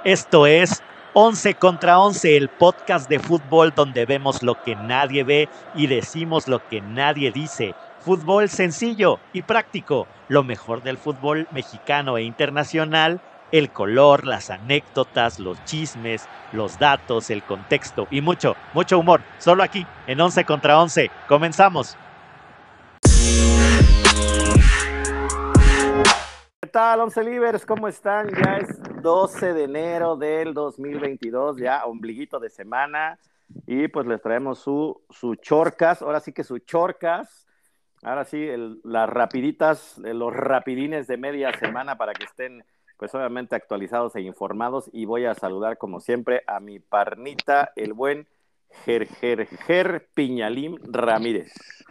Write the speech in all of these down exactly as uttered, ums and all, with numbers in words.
Esto es Once contra Once, el podcast de fútbol donde vemos lo que nadie ve y decimos lo que nadie dice. Fútbol sencillo y práctico, lo mejor del fútbol mexicano e internacional, el color, las anécdotas, los chismes, los datos, el contexto y mucho, mucho humor. Solo aquí, en Once contra Once. Comenzamos. ¿Qué tal, Once Livers? ¿Cómo están? Ya es doce de enero del dos mil veintidós, ya ombliguito de semana, y pues les traemos su, su chorcas, ahora sí que su chorcas, ahora sí, el, las rapiditas, los rapidines de media semana para que estén, pues obviamente actualizados e informados, y voy a saludar como siempre a mi parnita, el buen Ger, Ger, Ger Piñalín Ramírez.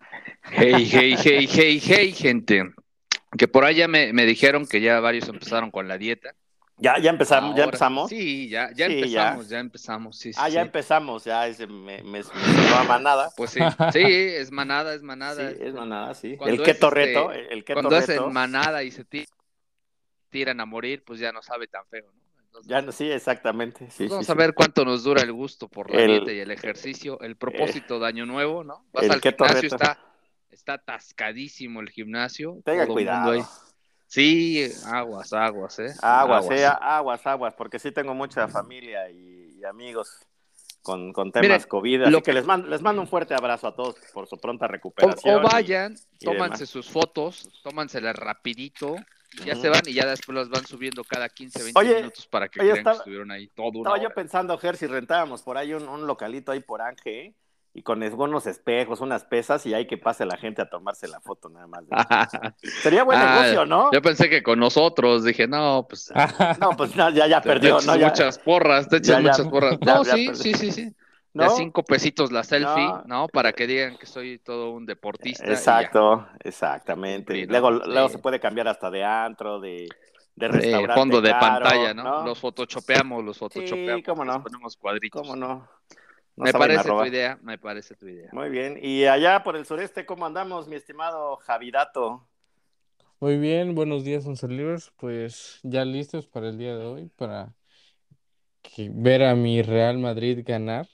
Hey, hey, hey, hey, hey, gente. Que por allá me, me dijeron que ya varios empezaron con la dieta. ¿Ya, ya empezamos? Ahora, ¿Ya empezamos? Sí, ya, ya Sí, empezamos, ya. ya empezamos. Sí, Ah, sí, ya sí. empezamos, ya es, me, me, me sonó a manada. Pues sí, sí, es manada, es manada. Sí, es manada, sí. Cuando El keto es, reto, este, el keto cuando es reto. en manada y se ti- tiran a morir, pues ya no sabe tan feo, ¿no? Entonces, Ya no, sí, exactamente. Sí, pues vamos sí, a sí. ver cuánto nos dura el gusto por la El- dieta y el ejercicio, el propósito de año nuevo, ¿no? Vas el al keto gimnasio, reto. está, está atascadísimo el gimnasio, Tenga todo el mundo ahí. cuidado. Sí, aguas, aguas, ¿eh? Aguas, eh, aguas, aguas, porque sí tengo mucha familia y, y amigos con, con temas Miren, COVID, así lo- que les mando, les mando un fuerte abrazo a todos por su pronta O, recuperación. o vayan, y, y tómanse demás. sus fotos, tómanselas rapidito, y ya Ujú. se van y ya después las van subiendo cada quince, veinte Oye, minutos para que oye, crean que estaba, estuvieron ahí todo una estaba yo hora. pensando, Ger, si rentábamos por ahí un, un localito ahí por Ángel, y con unos espejos, unas pesas, y ahí que pase la gente a tomarse la foto nada más. de- Sería buen Ah, negocio, ¿no? yo pensé que con nosotros, dije, no, pues No, pues no, ya, ya te, te perdió, echas ¿no? Ya, muchas porras, te echas ya, ya, muchas porras. ya, No, ya sí, perdió. sí, sí, sí. De a ¿No? cinco pesitos la selfie, No, ¿no? Para que digan que soy todo un deportista y ya. exacto, exactamente. Cumplí, ¿no? Luego, luego se Sí. puede cambiar hasta de antro, de, de Sí, restaurante fondo de pantalla, caro, ¿no? ¿no? Los photoshopeamos, los Sí, photoshopeamos, cómo les no, ponemos cómo cuadritos. no. No Me se vayan a parece tu robar. idea, me parece tu idea. Muy bien. Y allá por el sureste, ¿cómo andamos, mi estimado Javidato? Muy bien, buenos días, Once Livers. Pues ya listos para el día de hoy, para que- ver a mi Real Madrid ganar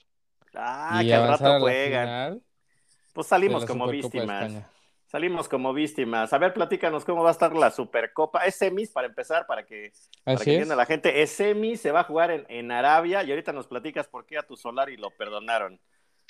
Ah, y que al avanzar rato a la juegan. final Pues de salimos la como Supercopa de víctimas. España. Salimos como víctimas. A ver, platícanos cómo va a estar la Supercopa. Es semis para empezar, para que, para que Así entienda es. la gente. Es semis, se va a jugar en, en Arabia, y ahorita nos platicas por qué a tu Solari lo perdonaron.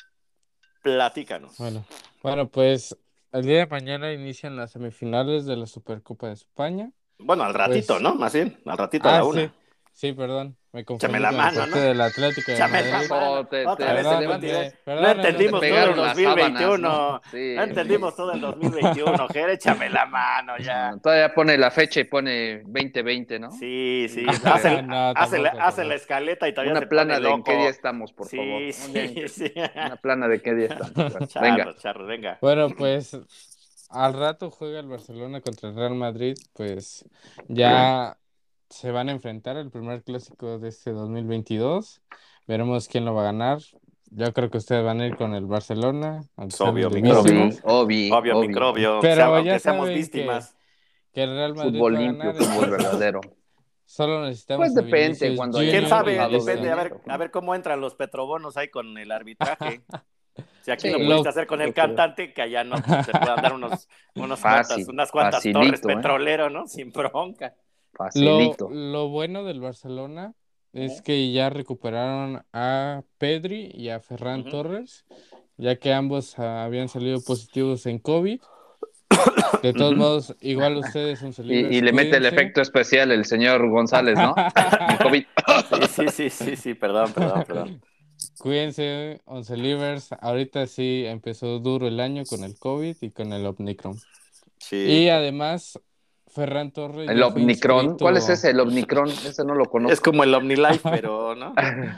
Platícanos. Bueno, bueno, pues el día de mañana inician las semifinales de la Supercopa de España. Bueno, al ratito, Pues, ¿no? Más bien, al ratito a ah, la una. sí, sí, perdón, me Échame confundí la con el mano, ¿no? partido del Atlético de Échame ¿Qué la Madrid. mano. pasó? Te, Otra te, vez te el levant- continente. Perdónenme, No perdónenme, te entendimos todo el pegaron las sábanas, dos mil veintiuno. ¿no? No Sí. entendimos todo el dos mil veintiuno, Ger. Échame la mano ya. No, todavía pone la fecha y pone veinte veinte, ¿no? Sí, sí. Sí, Hace, Ger. No, hace la, tampoco, hace la tampoco. escaleta y todavía Una se pone plana de en qué día loco. estamos, por favor. Sí, Un día en sí, que- sí. Una plana de qué día estamos. Bueno, venga. Charros, charros, venga. Bueno, pues al rato juega el Barcelona contra el Real Madrid, pues ya se van a enfrentar el primer clásico de este dos mil veintidós. Veremos quién lo va a ganar. Yo creo que ustedes van a ir con el Barcelona, aunque Es sean obvio, de microbio. víctimas. Obi, Obvio, obi. microbio. Aunque, sea- Pero ya aunque seamos saben que, víctimas. que el Real Madrid Fútbol va a limpio, ganar, fútbol entonces verdadero. solo Pues necesitamos a depende, Vinicius cuando haya ¿Quién Junior y sabe? antojado de Depende. A ver, dinero, a ¿no? ver cómo entran los petrobonos ahí con el arbitraje. Si aquí lo Sí, pudiste Lo, hacer con yo el creo. cantante, que allá no se puedan dar unos, unos cuantas, Fácil, unas cuantas torres facilito, ¿eh? petrolero, ¿no? Sin bronca. lo, Facilito. lo bueno del Barcelona es Ujú. que ya recuperaron a Pedri y a Ferran Ujú. Torres, ya que ambos ah, habían salido positivos en COVID. De todos Ujú. modos, igual ustedes son Y, y celebres, le mete el cuídense. efecto especial el señor González, ¿no? El COVID. Sí, sí, sí, sí, sí, perdón, perdón, perdón. Cuídense, Once Livers. Ahorita sí empezó duro el año con el COVID y con el Omicron. Sí. Y además, Ferran Torres El ya fue Omnicron. ¿Cuál es inscrito. ese? El Omnicron. Ese no lo Es conozco. como el OmniLife, pero, ¿no?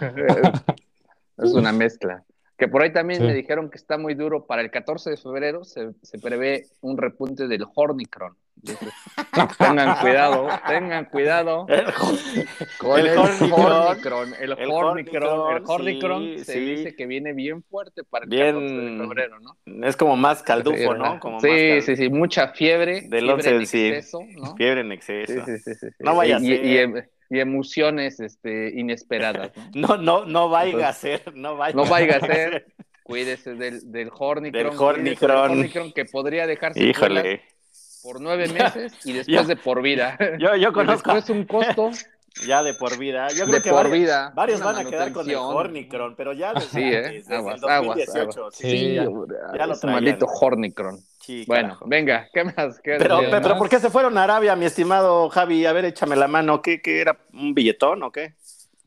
Es una mezcla. Que por ahí también me Sí. dijeron que está muy duro. Para el catorce de febrero se, se prevé un repunte del Hornicron. Entonces, tengan cuidado, tengan cuidado El, con el el Hornicron. Hornicron. El El Hornicron, el Hornicron, Hornicron sí, se sí. dice que viene bien fuerte para el catorce de Bien. febrero, ¿no? Es como más Sí, caldufo, ¿no? Como más sí, cal... sí, sí, mucha fiebre, Del fiebre en once, sí. exceso, ¿no? Fiebre en Sí, exceso. sí, sí, sí, sí. No vaya a Y, y, ser. em, y emociones este, inesperadas, ¿no? No, no, no vaya a Entonces, ser, no vaya, no vaya a a ser, cuídese del, del Hornicron, del cuídese del Hornicron. Hornicron que podría dejar secuelas Híjole. por nueve Ya, meses y después yo, de por vida. yo, yo Y conozco a- después un costo ya de por vida. Yo creo de que por varios, vida, varios una van a quedar con el manutención. Hornicron, pero ya desde Sí, ¿eh? antes, desde el Aguas, dos mil aguas, aguas. dieciocho, sí, Sí, ya, hombre, ya lo ese traían. maldito Hornicron. Sí, Bueno, carajo. venga, ¿qué más? ¿Qué Pero, decías? pero, además- ¿por qué se fueron a Arabia, mi estimado Javi? A ver, échame la mano. ¿Qué, qué era? ¿Un billetón o qué?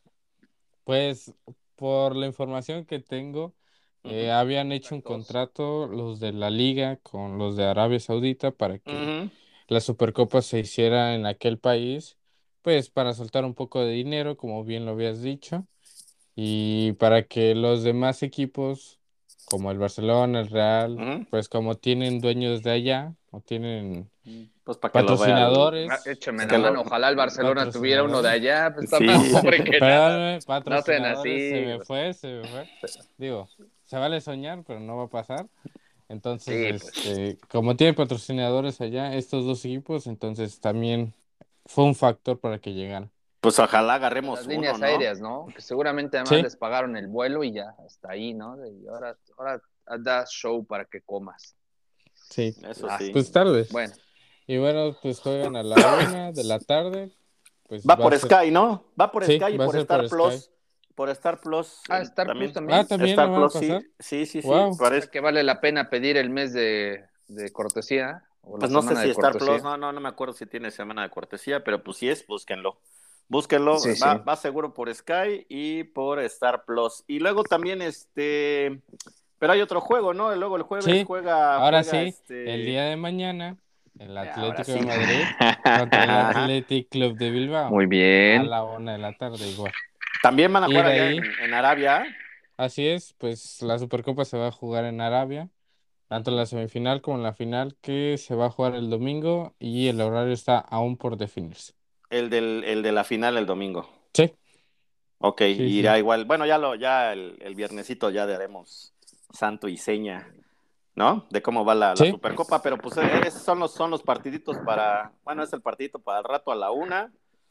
Pues por la información que tengo, eh, Ujú. habían hecho un contrato los de la liga con los de Arabia Saudita para que Ujú. la Supercopa se hiciera en aquel país, pues para soltar un poco de dinero, como bien lo habías dicho, y para que los demás equipos, como el Barcelona, el Real, Ujú. pues como tienen dueños de allá, o tienen Pues para que lo vea. el- Ah, patrocinadores, échame Es la que mano, lo- ojalá el Barcelona tuviera uno de patrocinadores. allá, pues está Sí. más pobre que nada. Perdóname, No sean patrocinadores, se así. me fue, se me fue. Digo, se vale soñar, pero no va a pasar. Entonces, Sí, pues. este, como tiene patrocinadores allá, estos dos equipos, entonces también fue un factor para que llegaran. Pues ojalá Las agarremos uno, líneas ¿no? aéreas, ¿no? Que seguramente además Sí, les pagaron el vuelo y ya, hasta ahí, ¿no? Y ahora, ahora das show para que comas. sí, Eso sí. Lástima. pues tal vez. Bueno, Y bueno, pues juegan a la una de la tarde, pues Va va a por ser, Sky, ¿no? Va por sí, Sky y va a por ser Star por Plus. Sky. Por Star Plus ah, eh, Star también. Plus también. Ah, también Star lo van a Plus, sí. pasar. Sí, sí, sí. Wow. O parece- sea que vale la pena pedir el mes de, de cortesía o la Pues no sé semana si de Star cortesía. Plus, no, no, no me acuerdo si tiene semana de cortesía, pero pues si es, búsquenlo. Búsquenlo, Sí, va, sí. va seguro por Sky y por Star Plus. Y luego también este, pero hay otro juego, ¿no? Luego el jueves Sí, juega, ahora juega sí, este. el día de mañana, el Ahora Atlético sí. de Madrid contra el Athletic Club de Bilbao Muy a bien. la una de la tarde igual. También van a Y jugar de allá ahí, en, en Arabia. así es, pues la Supercopa se va a jugar en Arabia, tanto la semifinal como la final que se va a jugar el domingo y el horario está aún por definirse. El del, el de la final el domingo. Sí, Ok, sí, irá sí. igual. Bueno, ya lo, ya el, el viernesito ya daremos santo y seña, ¿no? De cómo va la, la Sí, Supercopa, pero pues eh, esos son los, son los partiditos para, bueno, es el partidito para el rato a la una,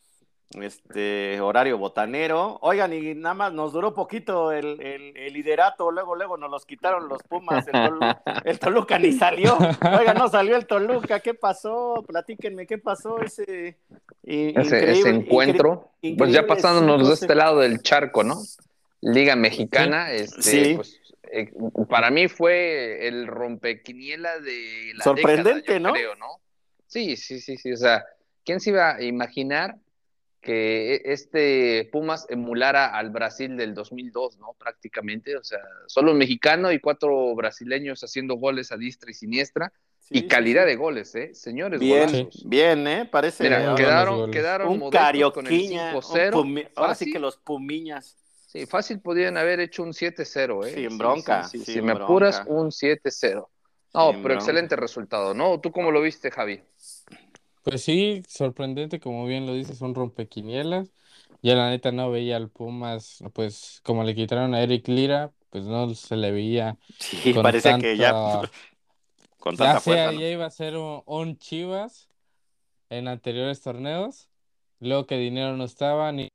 este, horario botanero. Oigan, y nada más nos duró poquito el, el, el liderato, luego, luego nos los quitaron los Pumas, el, Tolu- el Toluca ni salió. Oigan, no salió el Toluca, ¿qué pasó? Platíquenme, ¿qué pasó ese i- Ese, increíble, ese incre- encuentro, pues ya increíble pasándonos cinco de este lado del charco, ¿no? Liga Mexicana, este, Sí. pues eh, para mí fue el rompequiniela de la Sorprendente, década, yo ¿no? creo, ¿no? Sí, sí, sí, sí, o sea, ¿quién se iba a imaginar que este Pumas emulara al Brasil del dos mil dos, ¿no? Prácticamente, o sea, solo un mexicano y cuatro brasileños haciendo goles a diestra y siniestra, Sí, y sí, calidad sí. de goles, ¿eh? Señores, Bien, golazos. bien, ¿eh? Parece Mira, muy ahora, buenos quedaron, goles. quedaron un modestos con el carioquiña, cinco un cero. pumi- ahora sí Fácil, que los pumiñas, sí, fácil podían haber hecho un siete cero, ¿eh? sin Sí, bronca, sí, sí, sin si me bronca, apuras, un siete cero. No, sin pero bronca. excelente resultado, ¿no? ¿Tú cómo lo viste, Javi? Pues sí, sorprendente, como bien lo dices, un rompequinielas. Ya la neta no veía al Pumas, pues como le quitaron a Eric Lira, pues no se le veía Sí, con parecía que ya tanta, con ya tanta sea, fuerza, ¿no? ya iba a ser un, un Chivas en anteriores torneos, luego que dinero no estaba, ni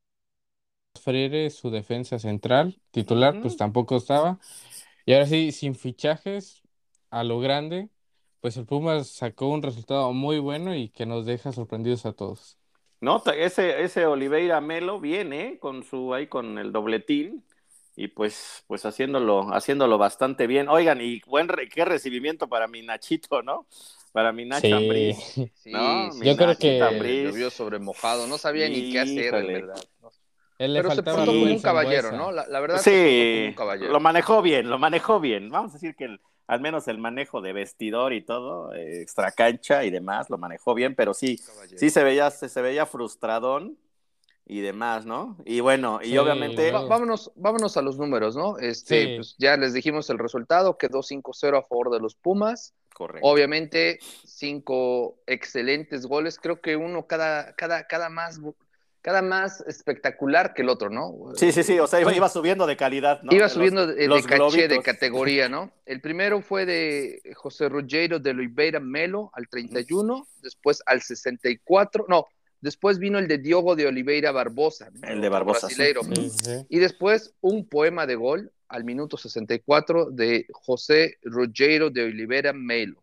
Freire, su defensa central, titular, pues Ujú. tampoco estaba. Y ahora sí, sin fichajes, a lo grande, pues el Pumas sacó un resultado muy bueno y que nos deja sorprendidos a todos. No, ta- ese, ese Oliveira Melo viene con su ahí con el dobletín y pues, pues haciéndolo, haciéndolo bastante bien. Oigan, y buen re- qué recibimiento para mi Nachito, ¿no? Para mi Nacho Sí, Ambriz, Sí, ¿no? sí, Mi yo sí, creo sí, Nachito que Ambriz. llovió sobre mojado, no sabía ni qué hacer, en Híjole. verdad, ¿no? él le Pero se faltaba portó como Sí, un Rubén caballero, Sambuesa. ¿no? La, la verdad se portó como un sí, lo caballero. manejó bien, lo manejó bien. Vamos a decir que el- al menos el manejo de vestidor y todo, eh, extra cancha y demás, lo manejó bien, pero sí, Caballero. sí se veía, se, se veía frustradón y demás, ¿no? Y bueno, y Sí, obviamente, Va- luego. vámonos, vámonos a los números, ¿no? Este, Sí, pues ya les dijimos el resultado, quedó cinco cero a favor de los Pumas. correcto. Obviamente, cinco excelentes goles, creo que uno cada, cada, cada más, cada más espectacular que el otro, ¿no? Sí, sí, sí, o sea, iba, sí, iba subiendo de calidad, ¿no? Iba Los, subiendo de, de los caché, de globitos. categoría, ¿no? El primero fue de José Rogério de Oliveira Melo al treinta y uno, después al sesenta y cuatro, no, Después vino el de Diogo de Oliveira Barbosa. ¿no? El de Barbosa, brasileiro. Sí, sí. Y después un poema de gol al minuto sesenta y cuatro de José Rogério de Oliveira Melo.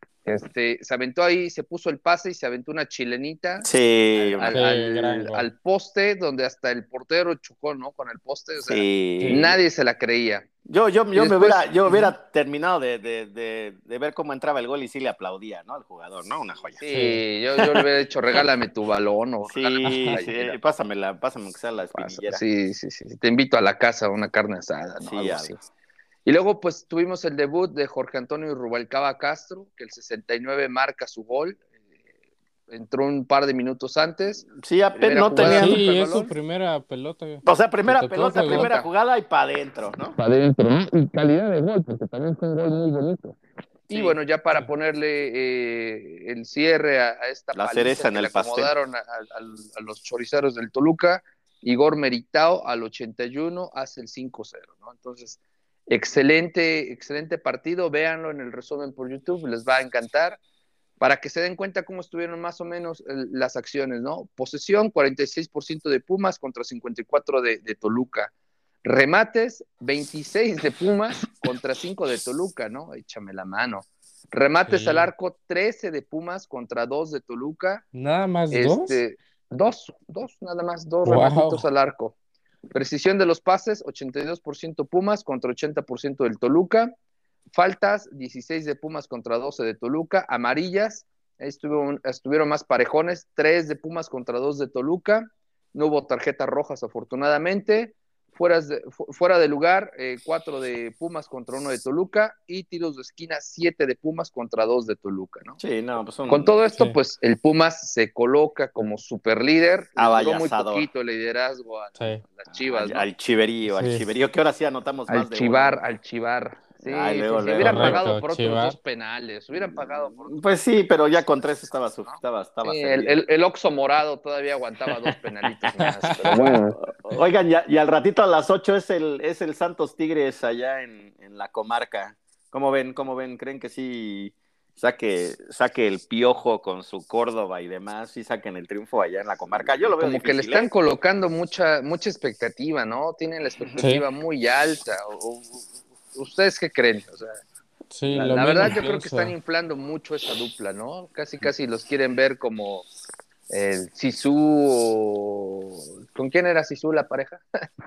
Este, se aventó ahí, se puso el pase y se aventó una chilenita Sí, al, una- al, Sí, gran al, gol. al poste, donde hasta el portero chocó, ¿no? Con el poste, o sea, sí. nadie se la creía. Yo, yo, Y yo me después- hubiera, yo hubiera terminado de, de, de, de ver cómo entraba el gol y sí le aplaudía, ¿no? Al jugador, ¿no? Una joya. Sí, Sí. Yo, yo le hubiera dicho, regálame tu balón o regálame Sí, tu sí, playera. pásamela, pásame que sea la Pasa. espinillera. Sí, sí, sí. Te invito a la casa a una carne asada, ¿no? Sí, Algo algo. así. Y luego, pues, tuvimos el debut de Jorge Antonio Rubalcaba Castro, que el sesenta y nueve marca su gol. Eh, entró un par de minutos antes. Sí, apenas Primera no jugada, tenían. toca el Sí, es su balón. primera pelota. O sea, primera Le tocó, pelota, fue gol. primera jugada y para adentro, ¿no? Para adentro, ¿no? Y calidad de gol, porque también fue un gol muy bonito. Y Sí. bueno, ya para Sí. ponerle eh, el cierre a, a esta La paliza cereza en que el le pastel. acomodaron a, a- a los choriceros del Toluca, Igor Meritao al ochenta y uno hace el cinco cero, ¿no? Entonces, excelente, excelente partido, véanlo en el resumen por YouTube, les va a encantar, para que se den cuenta cómo estuvieron más o menos el, las acciones, ¿no? Posesión, cuarenta y seis por ciento de Pumas contra cincuenta y cuatro por ciento de, de Toluca. Remates, veintiséis de Pumas contra cinco de Toluca, ¿no? Échame la mano. Remates Sí. al arco, trece de Pumas contra dos de Toluca. ¿Nada más dos? Este, dos, dos, nada más, dos Wow. rematitos al arco. Precisión de los pases, ochenta y dos por ciento Pumas contra ochenta por ciento del Toluca. Faltas, dieciséis de Pumas contra doce de Toluca. Amarillas, estuvieron, estuvieron más parejones, tres de Pumas contra dos de Toluca. No hubo tarjetas rojas, afortunadamente. Fuera de, fuera de lugar, eh, cuatro de Pumas contra uno de Toluca. Y tiros de esquina, siete de Pumas contra dos de Toluca, ¿no? Sí, no, pues un... Con todo esto, Sí. pues el Pumas se coloca como superlíder. Le duró muy Avallazador. poquito el liderazgo a, Sí. a las Chivas, al, ¿no? al chiverío, al Sí. chiverío, que ahora sí anotamos Al más de chivar, uno. al chivar. Sí, Ay, luego, sí, sí. luego, Hubieran luego. pagado por otros Chivar. dos penales. Hubieran pagado por otros Pues sí, pero ya con tres estaba, su- estaba, estaba Sí, el, servido. el, el Oxxo morado todavía aguantaba dos penalitos más. Pero bueno, Oigan, ya, y al ratito a las ocho es el, es el Santos Tigres allá en, en la comarca. ¿Cómo ven? ¿Cómo ven? ¿Creen que sí saque, saque el Piojo con su Córdoba y demás? ¿Sí saquen el triunfo allá en la comarca? Yo lo veo como que le difícil, están ¿eh? colocando mucha, mucha expectativa, ¿no? Tienen la expectativa muy alta. O- o- ¿Ustedes qué creen? O sea, Sí, la, lo la mismo verdad yo creo que pienso. están inflando mucho esa dupla, ¿no? Casi, casi los quieren ver como el Sisu o... ¿Con quién era Sisu la pareja?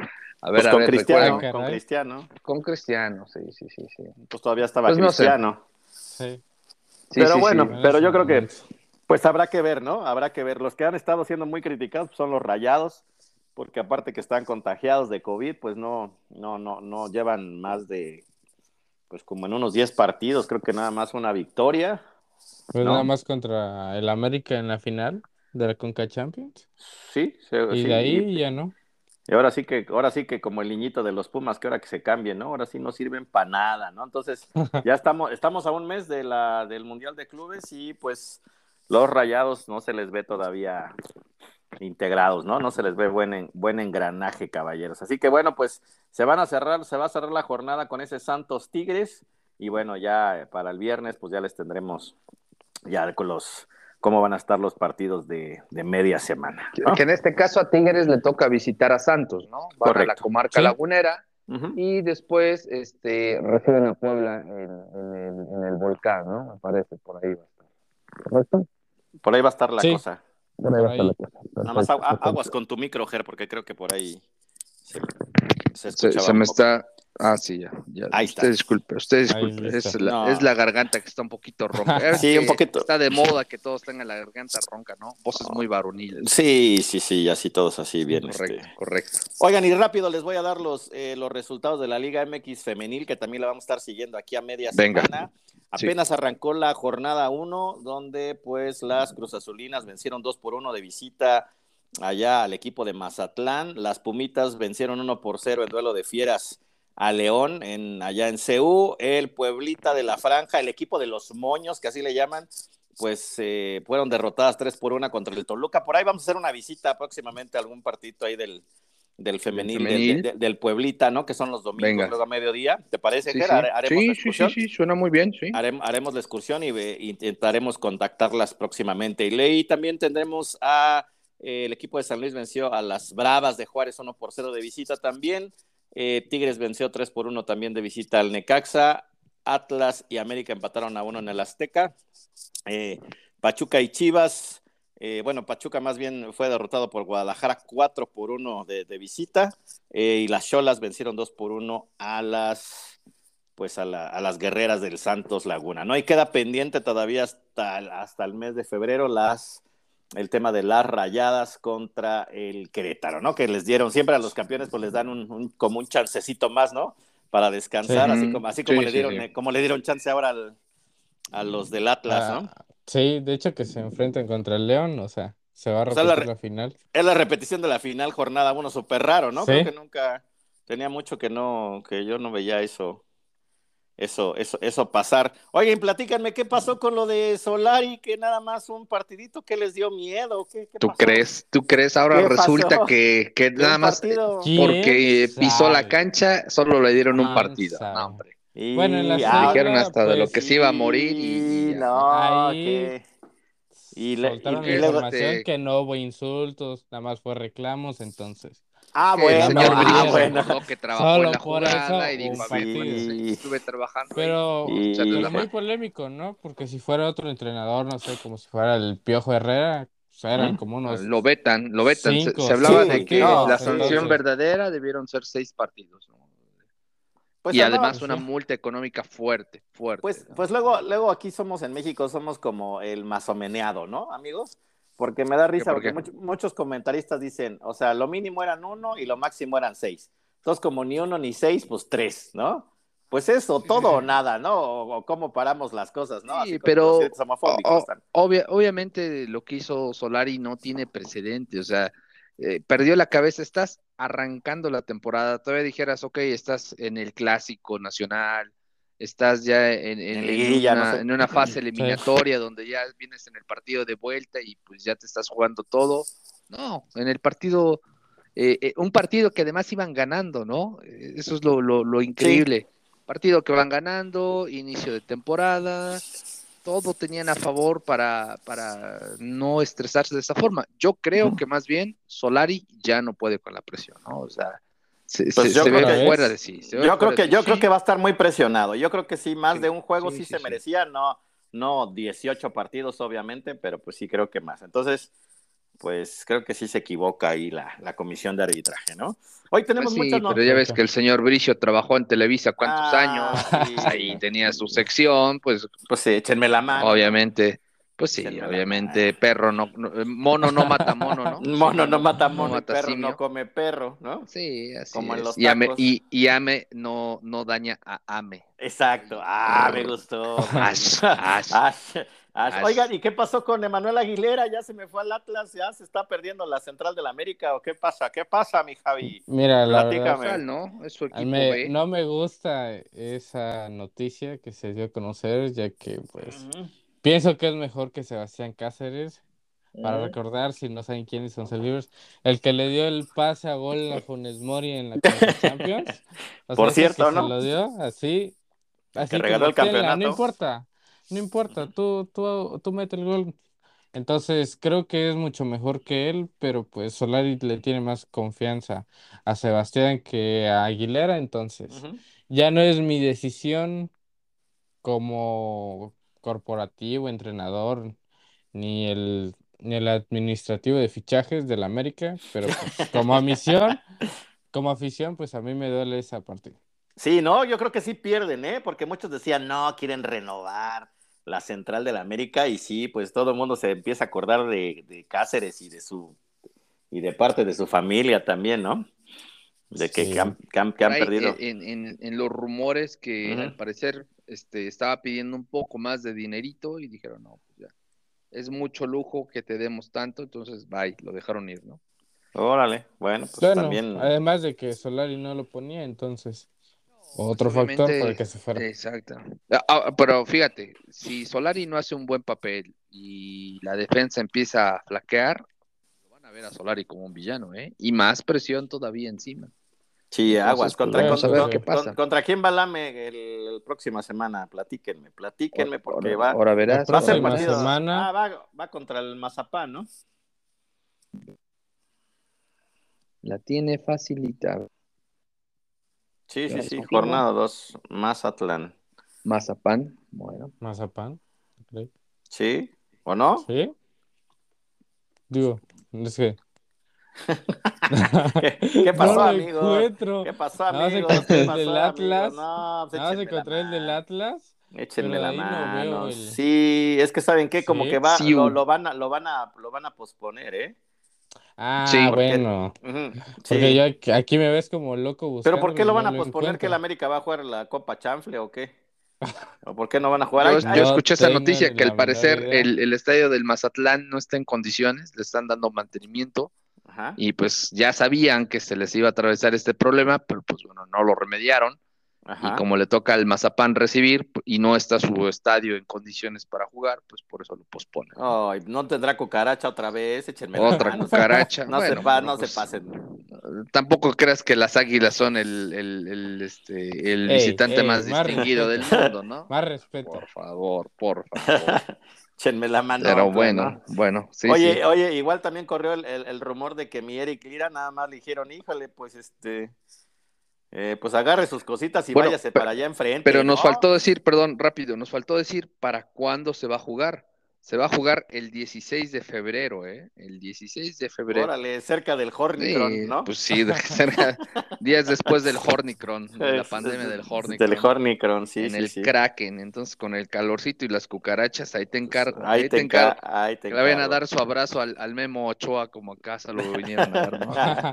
A ver, Pues a con ver, Cristiano, recuerden. Ah, con caray. Cristiano. Con Cristiano, sí, sí, sí, sí. Pues todavía estaba Pues no sé. Cristiano. Sí. Sí, Pero sí, bueno, sí. En pero ese yo creo que momento. pues habrá que ver, ¿no? Habrá que ver. Los que han estado siendo muy criticados son los Rayados, porque aparte que están contagiados de COVID, pues no, no, no, no llevan más de, pues como en unos diez partidos, creo que nada más una victoria, Pues ¿no? nada más contra el América en la final de la Conca Champions. Sí, se- Y sí. de ahí Y, ya no. y ahora sí que, ahora sí que como el niñito de los Pumas, que ahora que se cambien, ¿no? Ahora sí no sirven para nada, ¿no? Entonces, ya estamos, estamos a un mes de la, del Mundial de Clubes y pues los Rayados no se les ve todavía integrados, ¿no? No se les ve buen, en- buen engranaje, caballeros. Así que bueno, pues se van a cerrar, se va a cerrar la jornada con ese Santos Tigres y bueno, ya para el viernes pues ya les tendremos ya con los cómo van a estar los partidos de, de media semana, ¿no? Que en este caso a Tigres le toca visitar a Santos, ¿no? Van Correcto. a la comarca Sí. lagunera Uh-huh. y después este, reciben a Puebla en, en el, en el volcán, ¿no? Me parece, por ahí va a estar. ¿Correcto? Por ahí va a estar la Sí. cosa. Por ahí Por va a estar ahí. la cosa. Nada más Perfecto, agu- perfecto. aguas con tu micro, Ger, porque creo que por ahí se, se Se, escuchaba se me un poco. está... Ah, sí, ya. ya. Ahí está. Usted disculpe, usted Ahí disculpe. listo. Es la, No. es la garganta que está un poquito ronca. Es Sí, que un poquito. Está de moda que todos tengan la garganta ronca, ¿no? Voces muy varoniles. Sí, sí, sí, así todos así bien. Correcto, Este. correcto. Oigan, y rápido les voy a dar los, eh, los resultados de la Liga M X femenil, que también la vamos a estar siguiendo aquí a media Venga. semana. Apenas arrancó la jornada uno, donde pues las Cruz Azulinas vencieron dos por uno de visita allá al equipo de Mazatlán. Las Pumitas vencieron uno por cero en duelo de fieras a León, en, allá en C U. El Pueblita de la Franja, el equipo de los Moños, que así le llaman, pues eh, fueron derrotadas tres por una contra el Toluca. Por ahí vamos a hacer una visita próximamente a algún partidito ahí del, del femenil, del, femenil. del, del Pueblita, ¿no? Que son los domingos, Venga. luego a mediodía. ¿Te parece, Sí, Ger? sí. Hare- Haremos la Sí, sí, excursión. sí, sí, suena muy bien, sí. Harem- haremos la excursión y ve- intentaremos contactarlas próximamente. Y, le- y también tendremos a Eh, el equipo de San Luis venció a las Bravas de Juárez uno por cero de visita también. Eh, Tigres venció tres por uno también de visita al Necaxa. Atlas y América empataron a uno en el Azteca. Eh, Pachuca y Chivas, eh, bueno, Pachuca más bien fue derrotado por Guadalajara cuatro por uno de, de visita. Eh, y las Xolas vencieron dos por uno a las, pues a, la, a las Guerreras del Santos Laguna, ¿no? Y queda pendiente todavía hasta, hasta el mes de febrero las... el tema de las Rayadas contra el Querétaro, ¿no? Que les dieron, siempre a los campeones pues les dan un, un como un chancecito más, ¿no? Para descansar, Sí. así como, así como Sí, le sí, dieron, sí. como le dieron chance ahora al, a los del Atlas, ¿no? Ah, sí, de hecho que se enfrentan contra el León, o sea, se va a O sea, la, repetir la final. es la repetición de la final jornada uno, súper raro, ¿no? Creo que Sí, nunca, tenía mucho que no, que yo no veía eso. Eso, eso, eso pasar. Oigan, platícanme, ¿qué pasó con lo de Solari? Que nada más un partidito, ¿qué les dio miedo? ¿Qué, qué ¿Tú pasó? crees? ¿Tú crees? Ahora ¿Qué resulta pasó? que, que Que nada un más partido. ¿quién porque pisó la sabe? cancha, solo le dieron un ¿Quién partido. No, sabe? hombre. Bueno, en la Y ah, Dijeron cédula, hasta de lo que pues se iba a morir y, y y ya, ¿no? no, ahí que y, le- soltaron y, la y Que luego información este, que no hubo insultos, nada más fue reclamos, entonces ah que el nada bueno, más señor ah Berizzo se dieron, bueno. acordó que trabajó en solo la por eso jugada y dijo, un a ver, bueno, partido. sí, Sí, estuve trabajando ahí, Pero, vamos a echarle y la pero muy mano. polémico, ¿no? Porque si fuera otro entrenador, no sé, como si fuera el Piojo Herrera, pues eran ¿Mm? como Ah, unos Lo vetan, lo vetan. Se, cinco se o hablaba seis de sí, que no, la partidos, sanción sí. entonces, verdadera debieron ser seis partidos, ¿no? Pues Y andaba, además pues una sí. multa económica fuerte, fuerte, pues, ¿no? pues luego, luego aquí somos en México, somos como el masomeneado, ¿no, amigos? Porque me da ¿Qué, risa, por porque qué? much- muchos comentaristas dicen, o sea, lo mínimo eran uno y lo máximo eran seis. Entonces, como ni uno ni seis, pues tres, ¿no? Pues eso, Sí, sí, todo o sí. nada, ¿no? O, o cómo paramos las cosas, ¿no? Así Sí, como los pero gritos o- homofóbicos. o- Tan. obvia- obviamente lo que hizo Solari no tiene precedente, o sea, eh, perdió la cabeza, estás arrancando la temporada, todavía dijeras, ok, estás en el clásico nacional, estás ya en, en- En en liguilla, no una, sé. en una fase Sí. eliminatoria donde ya vienes en el partido de vuelta y pues ya te estás jugando todo. No, en el partido, eh, eh, un partido que además iban ganando, ¿no? Eh, Eso es lo, lo, lo Sí, increíble. Partido que van ganando, inicio de temporada, todo tenían a favor para, para no estresarse de esa forma. Yo creo que más bien Solari ya no puede con la presión, ¿no? O sea, se, pues se, yo se creo ve ¿Otra que fuera de vez? sí, se ve yo creo fuera de que sí. yo creo que Sí, va a estar muy presionado. Yo creo que sí, más de sí, un juego sí, sí sí, se sí. merecía, no, no dieciocho partidos, obviamente, pero pues sí creo que más. Entonces, pues creo que sí se equivoca ahí la, la comisión de arbitraje, ¿no? Hoy Pues tenemos sí, muchas pero no. ya ves Perfecto. que el señor Bricio trabajó en Televisa cuántos Ah, años y pues ahí sí. tenía su sección, pues Pues sí, échenme la mano, ¿no? obviamente, pues sí, Échenme la mano. obviamente perro no, no- mono no mata mono, ¿no? Mono Simio no no, mata no mono y mata perro no simio. come perro, ¿no? Sí, así Como en es. los Y ame, tacos. y, y ame no, no daña a ame. Exacto. Ah, me gustó, me Ash, gustó. ash, Ash, Ash. Oigan, ash. ¿y qué pasó con Emanuel Aguilera? ¿Ya se me fue al Atlas? ¿Ya se está perdiendo la Central del América? ¿O qué pasa? ¿Qué pasa, mi Javi? Mira, la verdad, Platícame. Total, ¿no? Es su a equipo me, B. no me gusta esa noticia que se dio a conocer, ya que pues Ujú, pienso que es mejor que Sebastián Cáceres. Para ujú. recordar, si no saben quiénes son Celivers, el que le dio el pase a gol a Funes Mori en la Conca Champions. O sea, Por ese que cierto, se ¿no? lo dio así, El que así regaló como el tenla, no campeonato. importa, no importa, Ujú. tú, tú, tú mete el gol. Entonces creo que es mucho mejor que él, pero pues Solari le tiene más confianza a Sebastián que a Aguilera, entonces Ujú. ya no es mi decisión como corporativo, entrenador, ni el, ni el administrativo de fichajes del América, pero pues como afición, como afición, pues a mí me duele esa parte. Sí, no, yo creo que sí pierden, ¿eh? Porque muchos decían, no, quieren renovar la Central del América y sí, pues todo el mundo se empieza a acordar de, de Cáceres y de su y de parte de su familia también, ¿no? De que, que, Sí, han, que, han, que Por han ahí perdido. en, en, en los rumores que Ujú. al parecer este, estaba pidiendo un poco más de dinerito y dijeron, no, pues ya, es mucho lujo que te demos tanto, entonces bye, lo dejaron ir, ¿no? Órale, bueno, pues bueno, también. además de que Solari no lo ponía, entonces Pues otro factor para que obviamente, se fuera. exacto. Ah, ah, pero fíjate, si Solari no hace un buen papel y la defensa empieza a flaquear, lo van a ver a Solari como un villano, ¿eh? Y más presión todavía encima. Sí, Entonces, aguas. pues ¿Contra, vamos con, a Eso ver sí. qué con, con, pasa. ¿Contra quién va el AME el, el próxima semana? Platíquenme, Ahora, platíquenme, porque ahora, va, ahora La verás, va a ahora ser próxima verás. partido. semana, Ah, va, va contra el Mazapán, ¿no? La tiene facilita. Sí, sí, Ya sí, es jornada dos, Mazatlán. Mazapán, bueno. Mazapán. Ok. ¿Sí? ¿O no? ¿Sí? Digo, es que ¿Qué, qué no pasó, lo amigos? encuentro. ¿Qué pasó, Nada más amigos? ¿Qué encontré el pasó, del amigos? Atlas. No, pues Nada más échenme la encontré el del mano. Atlas. Échenme Pero de la ahí no veo mano. el. Sí, es que saben qué, como que ¿Sí? va, lo, Siu. lo van a, lo van a, lo van a posponer, ¿eh? Ah, Sí. Porque, bueno. ujú, Porque sí. yo aquí aquí me ves como loco Pero ¿por qué buscándolo y lo no van a lo posponer? ¿Que el encuentro. América va a jugar la Copa Chanfle o qué? ¿O por qué no van a jugar? Yo, Ay, yo ay, No escuché esa tengo noticia ni que al la menor parecer idea. el, el estadio del Mazatlán no está en condiciones, le están dando mantenimiento ajá, y pues ya sabían que se les iba a atravesar este problema, pero pues bueno, no lo remediaron y ajá. como le toca al Mazapán recibir y no está su estadio en condiciones para jugar, pues por eso lo posponen, ¿no? Ay, no tendrá cucaracha otra vez, échenme la Otra mano. se- cucaracha, No se bueno, pa, pero no se pues pasen. tampoco creas que las águilas son el, el, el, este, el Ey, visitante ey, más más distinguido del respeto. mundo, ¿no? Más respeto. Por favor, por favor. Échenme la Pero manopla, ¿no? bueno, bueno, sí, sí. Oye, oye, igual también corrió el, el- el rumor de que mi Eric Lira nada más le dijeron, híjole, pues este, eh, pues agarre sus cositas y Bueno, váyase pe- para allá enfrente, pero nos ¿no? faltó decir, perdón, rápido, nos faltó decir para cuándo se va a jugar. Se va a jugar el dieciséis de febrero, ¿eh? El dieciséis de febrero. Órale, cerca del Hornicron, Sí, ¿no? pues sí, de cerca, días después del Hornicron, de la Es- pandemia del es- del Hornicron, Hornicron, sí, en sí, el sí. Kraken. Entonces, con el calorcito y las cucarachas, ahí te Pues, encargo, ahí ahí te te encargo. enca- ahí te Que le vayan a encargo. dar su abrazo al, al Memo Ochoa como a casa lo vinieron a dar, ¿no?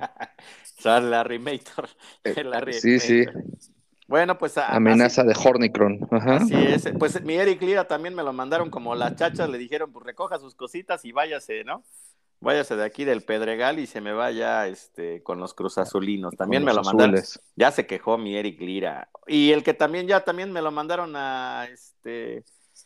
Sale la Remator, Eh, la sí, sí, Remator. Bueno, pues a- así, amenaza de Hornicron. Ajá. así es. Pues mi Eric Lira también me lo mandaron como las chachas, le dijeron, pues recoja sus cositas y váyase, ¿no? Váyase de aquí del Pedregal y se me vaya este, con los cruzazulinos. Con También me los lo mandaron. azules. Ya se quejó mi Eric Lira. Y el que también ya también me lo mandaron a este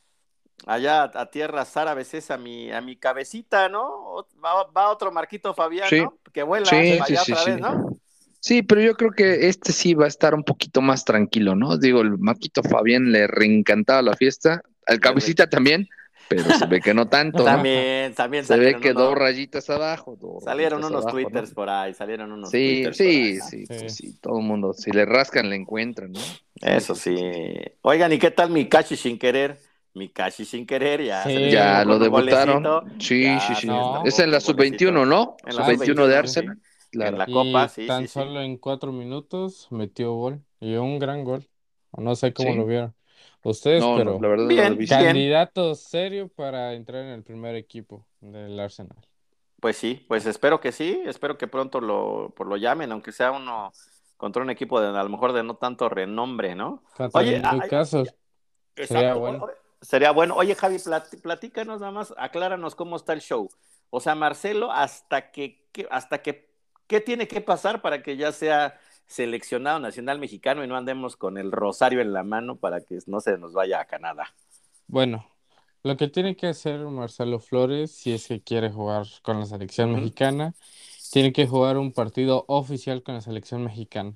allá a tierras árabes es a mi, a mi cabecita, ¿no? Va, va otro Marquito Fabián, Sí, ¿no? Que vuela sí, para sí, allá sí, otra sí. vez, ¿no? Sí, pero yo creo que este sí va a estar un poquito más tranquilo, ¿no? Digo, el Marquito Fabián le reencantaba la fiesta, al Le re- cabecita también, pero se ve que no tanto, ¿no? También, también Se ve salieron que dos unos, rayitas abajo, dos salieron rayitas unos abajo, ¿no? twitters por ahí, salieron unos Sí, twitters por ahí, sí, ¿no? sí, pues Sí. sí, todo el mundo, si le rascan le encuentran, ¿no? Sí, Eso sí, sí, sí. sí, sí. Oigan, ¿y qué tal mi Cashi sin querer? Mi Cashi sin querer ya se le Sí. chifló Ya lo con un debutaron, golecito, sí, sí, ya sí. se No. Es destapó en la con sub golecito. veintiuno, ¿no? En la sub Ah, veintiuno de sub veintiuno, sí. Arsenal, En claro. la Copa, y sí, sí, tan sí. solo en cuatro minutos metió gol. Y un gran gol. No sé cómo lo Sí, vieron ustedes, no, no, la pero verdad no lo he Bien, visto. bien. candidato serio para entrar en el primer equipo del Arsenal. Pues sí, pues espero que sí, espero que pronto lo, por lo llamen, aunque sea uno contra un equipo de a lo mejor de no tanto renombre, ¿no? Contra Oye, el ah, ay, Newcastle sería exacto, o- bueno. o- sería bueno. Oye, Javi, plat- platícanos nada más, acláranos cómo está el show. O sea, Marcelo, hasta que, que- hasta que, ¿qué tiene que pasar para que ya sea seleccionado nacional mexicano y no andemos con el rosario en la mano para que no se nos vaya a Canadá? Bueno, lo que tiene que hacer Marcelo Flores, si es que quiere jugar con la selección Ujú. mexicana, tiene que jugar un partido oficial con la selección mexicana.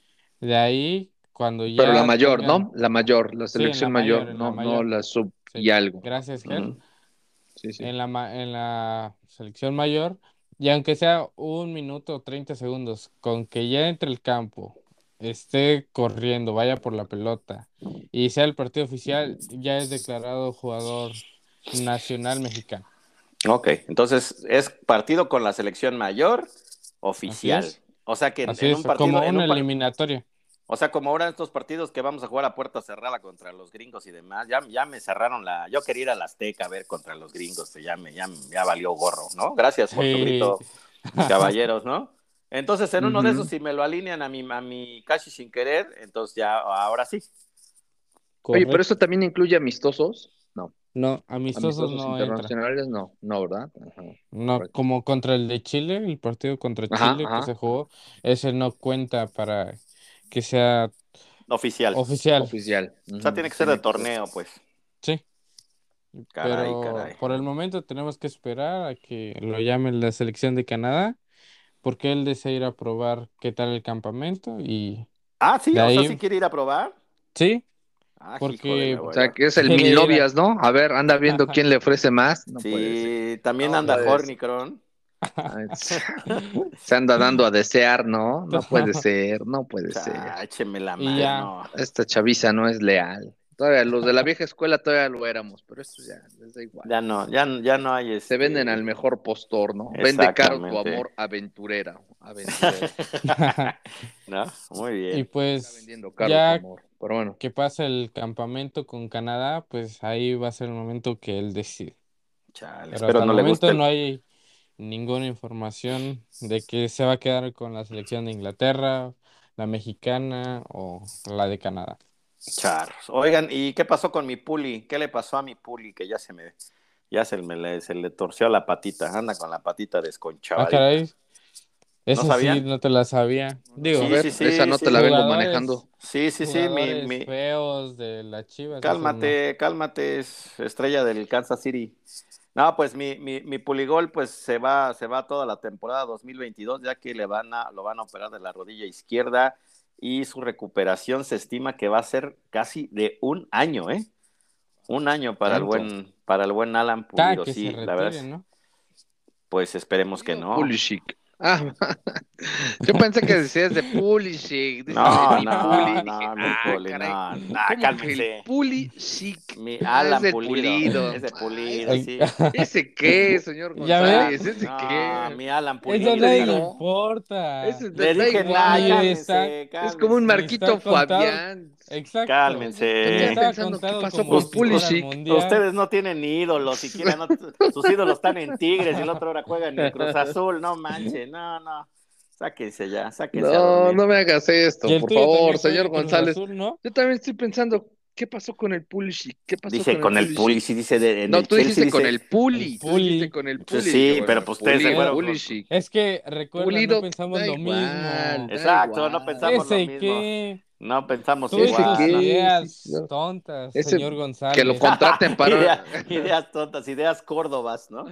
De ahí, cuando Pero la ya mayor, tengan, ¿no? La mayor, la sí, en la selección mayor, mayor, en la no, no mayor, la sub y sí, algo. gracias, Ger, Ujú. Sí, sí. en la, ma- en la selección mayor, y aunque sea un minuto o treinta segundos, con que ya entre el campo, esté corriendo, vaya por la pelota, y sea el partido oficial, ya es declarado jugador nacional mexicano. Ok, entonces es partido con la selección mayor Así oficial. es, O sea que en, así en es, un partido, como en una un par- eliminatoria. o sea, como ahora en estos partidos que vamos a jugar a puerta cerrada contra los gringos y demás, ya, ya me cerraron la. Yo quería ir a la Azteca a ver contra los gringos, que ya me, ya, ya valió gorro, ¿no? Gracias por su Sí. grito, caballeros, ¿no? Entonces, en uno de esos, Ujú. si me lo alinean a mi, a mi casi sin querer, entonces ya, ahora sí. Oye, pero Correcto. esto también incluye amistosos. No, No, amistosos amistosos no entra. internacionales, no, no, ¿verdad? Ajá, No, correcto. como contra el de Chile, el partido contra Ajá, Chile que ajá, se jugó, ese no cuenta para que sea Oficial. oficial. oficial. O sea, Ujú, tiene que ser de tiene que ser. torneo, pues. Sí, Caray, pero caray. por el momento tenemos que esperar a que lo llamen la selección de Canadá, porque él desea ir a probar qué tal el campamento y Ah, sí, de o sea, sí ahí, quiere ir a probar. sí, Ah, hijo de porque me O voy sea, a... que es el quiere mil ir a... novias, ¿no? A ver, anda viendo quién le ofrece más. No puede ser. Sí, también No anda puede ser. Hornicron. Ay, se se anda dando a desear, ¿no? No puede ser, no puede ser. Cha, écheme la Y madre, ya, no. Esta chaviza no es leal. Todavía los de la vieja escuela todavía lo éramos, pero esto ya les da igual. Ya no, ya, ya no hay Se venden al este. mejor postor, ¿no? Vende caro tu Exactamente. amor aventurera, aventurero. ¿No? Muy y bien. Está pues vendiendo caro tu ya amor. Pero bueno, que pasa el campamento con Canadá, pues ahí va a ser el momento que él decide. Chale, Pero espero hasta el no le guste momento no el. hay ninguna información de que se va a quedar con la selección de Inglaterra, la mexicana o la de Canadá. Charros. Oigan, ¿y qué pasó con mi Puli? ¿Qué le pasó a mi Puli? Que ya se me, ya se me le, se le torció la patita, anda con la patita Ah, desconchavadita. caray, ¿No esa sí sabían? no te la sabía. a Digo, Sí, sí, ver, esa sí, no te sí. la vengo jugadores, manejando. Sí, sí, sí, mi, jugadores mi, feos de las Chivas, esos no. cálmate, cálmate, es estrella del Kansas City. No, pues mi, mi, mi Puligol pues se va, se va toda la temporada dos mil veintidós, ya que le van a, lo van a operar de la rodilla izquierda y su recuperación se estima que va a ser casi de un año, ¿eh? Un año para el Tanto. buen, para el buen Alan Ta, Pulido, que se sí, la verdad retire, es, ¿no? pues esperemos que Pulido no. Pulisic. Ah, yo pensé que decías de Pulisic, dices de No, mi no, Puli, dije, no, mi ah, Puli, caray, no, no, ¿cómo que el cálmense. Pulisic? Mi Ah, es Alan del Pulido, Pulido. es de Ah, Pulido, ese, El- sí. ¿ese qué, señor ¿Ya ves? Ah, González? ¿Ese no, qué? mi Alan No Eso a te Pulido, nadie le cálmate. digo, importa. ese te Le da dije, nah, Ni igual. está, cálmense, Es como un ni cálmense, está Marquito contado. Fabián. Exacto. Yo, yo aquí Ni cálmense. estaba pensando, ¿qué contado pasó como con Us- si fuera us- el Pulisic? mundial. ustedes no tienen ni ídolos, siquiera no, sus ídolos están en Tigres y el otro ahora juega en el Cruz Azul, no manches, no, no. Sáquense ya, sáquense a No, dormir. no me hagas Y esto, el por tuyo favor, también señor juega Cruz González. Azul, ¿no? Yo también estoy pensando, ¿qué pasó con el Pulisic? ¿Qué pasó Dice con el con el Puli, Pulisic? sí dice de- en No, el tú Chelsea, dijiste con dice, el El Puli, tú dijiste Puli. con el pues Puli. Dije, sí, pero bueno, pues ustedes se Puli, fueron Pero con- Pulisic. es que recuerda, no Pulido, pensamos da lo igual, mismo. da exacto, no igual. pensamos lo ¿Ese mismo, qué? no pensamos Tú y Ese igual, tus ¿no? qué, sí, ideas no. tontas, Ese señor que lo González. contraten Idea- para. ideas tontas, ideas córdobas, ¿no?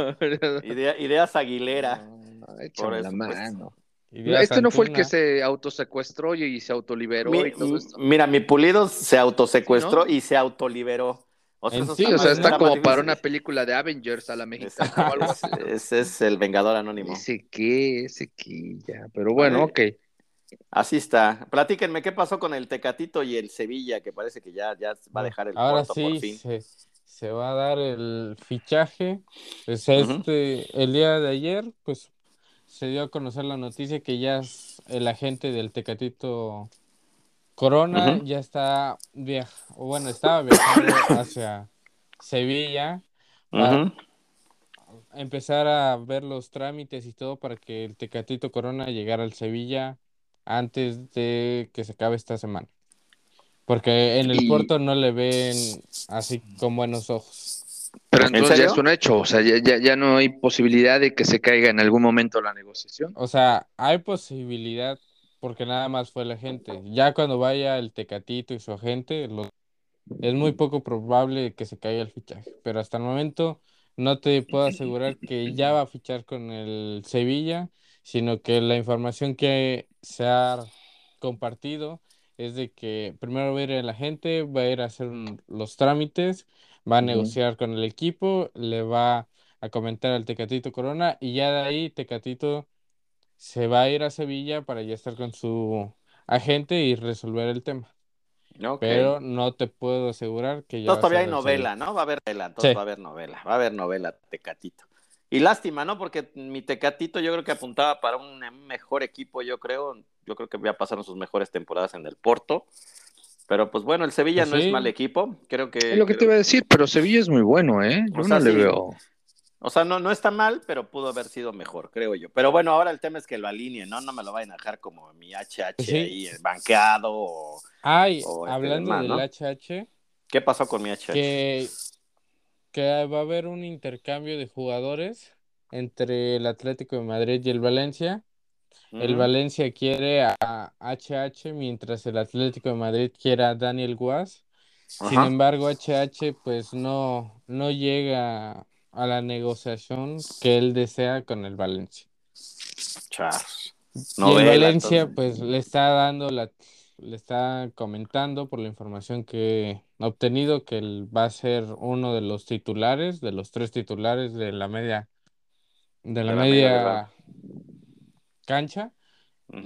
Idea- ideas Aguilera, No, por échame la eso, pues. mano. No, Ideas este no fue el que Antuna. se autosecuestró y se autoliberó Mi- y todo m- esto. mira, mi Pulido se Sí, autosecuestró ¿no? y se autoliberó. O sea, En eso está Sí, o más, sea, Tigres, está está ¿no? más como para difícil. una película de Avengers a la mexicana o Esa- algo es- así, ¿no? ese es el Vengador Anónimo. Ese qué, ese qué, ya. Pero bueno, Ay, ok. así está. Platíquenme qué pasó con el Tecatito y el Sevilla, que parece que ya, ya va a Bueno, dejar el ahora Porto por sí fin. se, se va a dar el fichaje. Pues Ujú, este, el día de ayer, pues se dio a conocer la noticia que ya es el agente del Tecatito Corona ujú, ya está viaj o bueno, estaba viajando hacia Sevilla para ujú. empezar a ver los trámites y todo para que el Tecatito Corona llegara al Sevilla antes de que se acabe esta semana. Porque en el Y, Porto no le ven así con buenos ojos. pero ¿En entonces ya es serio? un hecho, o sea, ya, ya, ya no hay posibilidad de que se caiga en algún momento la negociación. O sea, hay posibilidad porque nada más fue la gente. Ya cuando vaya el Tecatito y su agente, lo- es muy poco probable que se caiga el fichaje. Pero hasta el momento no te puedo asegurar que ya va a fichar con el Sevilla, sino que la información que se ha compartido es de que primero va a ir el agente, va a ir a hacer un- los trámites, va a Ujú. negociar con el equipo, le va a comentar al Tecatito Corona y ya de ahí Tecatito se va a ir a Sevilla para ya estar con su agente y resolver el tema. Ok. Pero no te puedo asegurar que ya Entonces va a todavía ser hay el Sevilla. novela, ¿no? Va a haber novela, entonces Sí, va a haber novela, va a haber novela Tecatito. Y lástima, ¿no? Porque mi Tecatito yo creo que apuntaba para un mejor equipo, yo creo. Yo creo que ya pasaron sus mejores temporadas en el Porto. Pero pues bueno, el Sevilla pues no es mal sí, equipo. Creo Es que, lo que te creo, iba a decir, pero Sevilla es muy bueno, ¿eh? o Yo no sea, le sí. veo. O sea, no, no está mal, pero pudo haber sido mejor, creo yo. Pero bueno, ahora el tema es que lo alineen, ¿no? No me lo vayan a dejar como mi pues H H sí. ahí, eh, banqueado o, Ay, o este hablando demás, del ¿no? H H, ¿Qué pasó con mi H H? que, que va a haber un intercambio de jugadores entre el Atlético de Madrid y el Valencia. El Ujú, Valencia quiere a H H mientras el Atlético de Madrid quiere a Daniel Guas. Sin ajá. embargo, H H pues no, no llega a la negociación que él desea con el Valencia. Charles. Y el Novela, Valencia entonces. pues le está dando la, le está comentando por la información que ha obtenido que él va a ser uno de los titulares, de los tres titulares de la media de la De la media de media la... cancha. Ujú.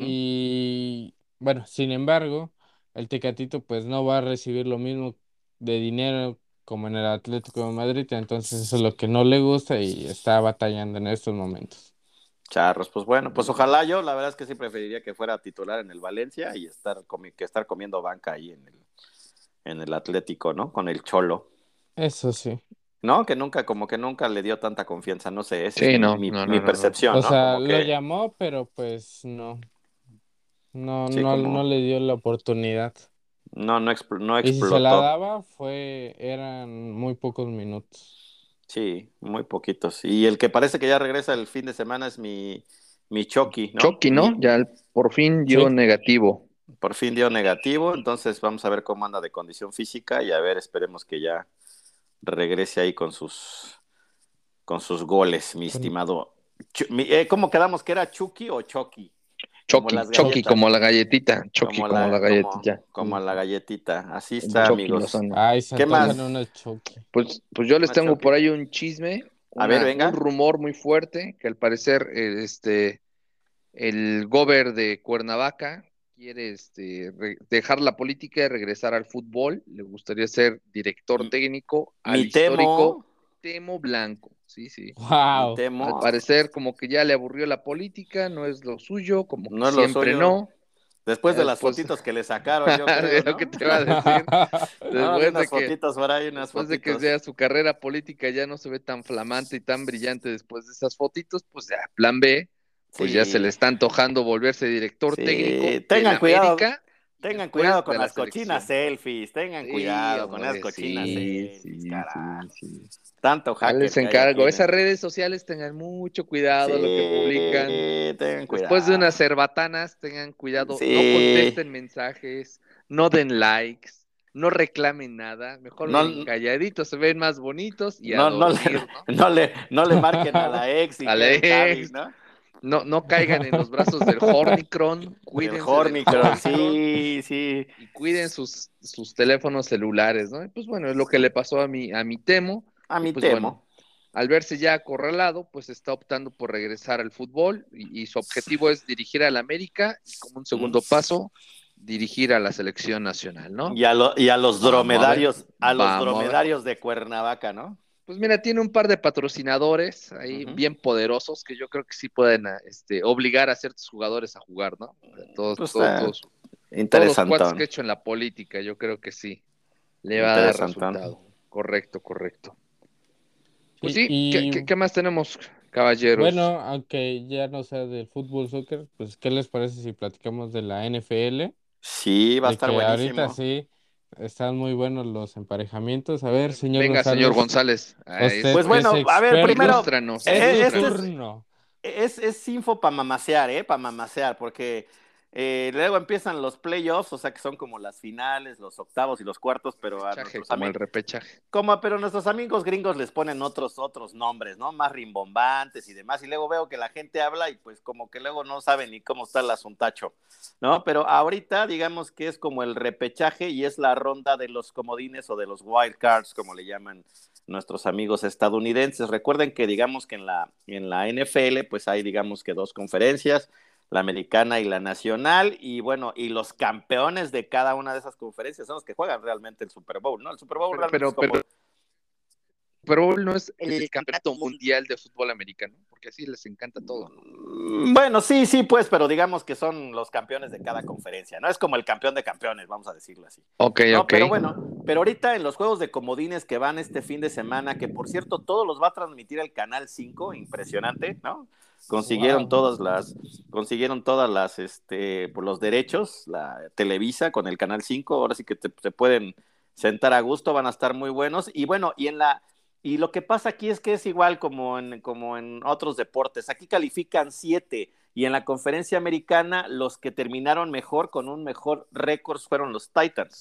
Y bueno, sin embargo, el Tecatito pues no va a recibir lo mismo de dinero como en el Atlético de Madrid, entonces eso es lo que no le gusta y está batallando en estos momentos. Charros, pues bueno, pues ojalá yo, la verdad es que sí preferiría que fuera titular en el Valencia y estar comi- que estar comiendo banca ahí en el, en el Atlético, ¿no? Con el Cholo, Eso sí. ¿no? Que nunca, como que nunca le dio tanta confianza, no sé, esa es Sí, mi, no, mi, no, mi no, no, no. percepción, O ¿no? sea, Como lo que, llamó, pero pues no, no, sí, no, no como, le dio la oportunidad. no, no, expl- no Y si se la explotó, daba, fue, eran muy pocos minutos. sí, muy poquitos. Y el que parece que ya regresa el fin de semana es mi, mi Chucky, ¿no? Chucky, ¿no? Mi, Ya por fin dio Sí, negativo. por fin dio negativo, entonces vamos a ver cómo anda de condición física y a ver, esperemos que ya regrese ahí con sus, con sus goles, mi con- estimado. Chu- mi- eh, ¿cómo quedamos? ¿Que era Chucky o Chucky? Como Chucky, las Chucky galletas, como la galletita, Chucky como como la la, como, galletita. como la galletita. Así El está, Chucky amigos. Lozano. Ay, se ¿Qué antojan más? unos Chucky. Pues, pues yo les Una tengo por Chucky. ahí un chisme, A ver, una, un venga. rumor muy fuerte, que al parecer eh, este, el gober de Cuernavaca quiere este, re- dejar la política y regresar al fútbol. Le gustaría ser director M- técnico Mi al temo, histórico Temo Blanco. Sí, sí. mi Wow. Al temo, parecer como que ya le aburrió la política, no es lo suyo, como que no es lo siempre suyo. no. Después Ya de las después, fotitos que le sacaron, yo creo, es lo ¿no? que te iba a decir, No, vi después unas de que fotitos por ahí, unas después de que fotitos. ya su carrera política ya no se ve tan flamante y tan brillante después de esas fotitos, pues ya, plan B, pues ya se le Sí, está antojando volverse director técnico sí. del Tengan cuidado, América y tengan después cuidado con de la las cochinas selección. selfies, tengan Sí, cuidado con esas hombre, cochinas sí, selfies, sí, sí, carajo. sí. Tanto Ya les hacker que hay aquí encargo. en Esas el... redes sociales tengan mucho cuidado lo que publican. Sí, tengan Después de cuidado. unas cerbatanas, tengan cuidado, no Sí, contesten mensajes, no den likes, no reclamen nada, mejor no, miren calladitos, se ven más bonitos y a no, no le, dormir, ¿no? no le, no le marquen a la ex y queden Javi, Alex, ¿no? no, no caigan en los brazos del Hornicron, Del cuídense del Hormicron, Hornicron sí, sí. y cuiden sus, sus teléfonos celulares, ¿no? Y pues bueno, es lo que le pasó a mi, a mi Temo, A y mi pues bueno, temo. al verse ya acorralado, pues está optando por regresar al fútbol y, y su objetivo es dirigir al América y como un ¿Mm? segundo paso, dirigir a la selección nacional, ¿no? Y a, lo- y a los Vamos a ver, dromedarios, a los vamos a ver. dromedarios de Cuernavaca, ¿no? Pues mira, tiene un par de patrocinadores ahí Ujú. bien poderosos que yo creo que sí pueden ah, este, obligar a ciertos jugadores a jugar, ¿no? Todos, Pues todos, está todos, todos los cuates que he interesantón, hecho en la política, yo creo que sí, le va a dar interesantón. resultado. Correcto, correcto. Pues Y, sí, ¿qué, y qué, qué más tenemos, caballeros? bueno, aunque ya no sea del fútbol, soccer, pues ¿qué les parece si platicamos de la N F L? Sí, va a De estar que ahorita buenísimo. sí están muy buenos los emparejamientos. A ver, señor Venga, señor González, González, a usted Pues esto que es bueno, es. a ver, experto, primero, Ilústranos, eh, es eh, su este es, ilústranos. turno. es, es info para mamasear, ¿eh? Para mamasear, porque eh, luego empiezan los playoffs, o sea que son como las finales, los octavos y los cuartos, pero a Repechaje, nuestros como el amigos, repechaje. como, pero nuestros amigos gringos les ponen otros, otros nombres, ¿no? Más rimbombantes y demás. Y luego veo que la gente habla y pues como que luego no saben ni cómo está el asuntacho, ¿no? Pero ahorita digamos que es como el repechaje y es la ronda de los comodines o de los wild cards, como le llaman nuestros amigos estadounidenses. Recuerden que digamos que en la, en la N F L pues hay digamos que dos conferencias, la americana y la nacional, y bueno, y los campeones de cada una de esas conferencias son los que juegan realmente el Super Bowl, ¿no? El Super Bowl Pero, realmente es pero, como... pero, Super Bowl no es el campeonato mundial de fútbol americano, porque así les encanta todo, ¿no? Bueno, sí, sí, pues, pero digamos que son los campeones de cada conferencia, ¿no? Es como el campeón de campeones, vamos a decirlo así. Ok, No, ok. pero bueno, pero ahorita en los juegos de comodines que van este fin de semana, que por cierto todos los va a transmitir el Canal cinco, impresionante, ¿no? Consiguieron Wow. todas las, consiguieron todas las, este, por los derechos, la Televisa con el Canal cinco, ahora sí que te, se pueden sentar a gusto, van a estar muy buenos, y bueno, y en la, y lo que pasa aquí es que es igual como en, como en otros deportes, aquí califican siete, y en la conferencia americana los que terminaron mejor, con un mejor récord, fueron los Titans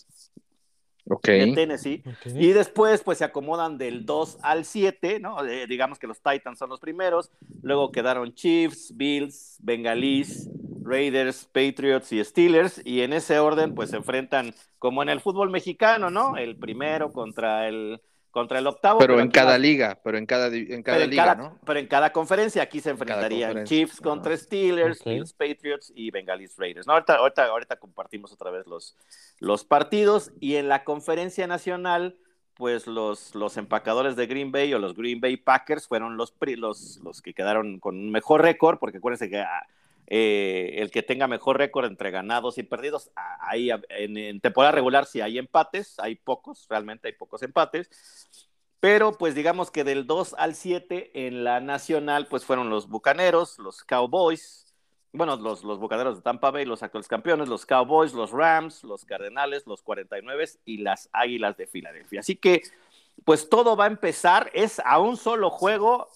Ok. de Tennessee, Okay. y después pues se acomodan del dos al siete, ¿no? Eh, digamos que los Titans son los primeros, luego quedaron Chiefs, Bills, Bengalís, Raiders, Patriots y Steelers, y en ese orden pues se enfrentan como en el fútbol mexicano, ¿no? El primero contra el contra el octavo. Pero, pero en cada las... liga, pero en cada, en cada pero liga, en cada, ¿no? Pero en cada conferencia, aquí se enfrentarían Chiefs contra uh-huh. Steelers, okay. Bills Patriots y Bengalis Raiders. No, ahorita, ahorita, ahorita compartimos otra vez los, los partidos, y en la conferencia nacional, pues los, los empacadores de Green Bay o los Green Bay Packers fueron los, los, los que quedaron con un mejor récord, porque acuérdense que eh, el que tenga mejor récord entre ganados y perdidos, ahí en, en temporada regular sí hay empates, hay pocos, realmente hay pocos empates, pero pues digamos que del dos al siete en la nacional pues fueron los Bucaneros, los Cowboys, bueno, los, los Bucaneros de Tampa Bay, los actuales campeones, los Cowboys, los Rams, los Cardenales, los cuarenta y nueve y las Águilas de Filadelfia. Así que pues todo va a empezar, es a un solo juego.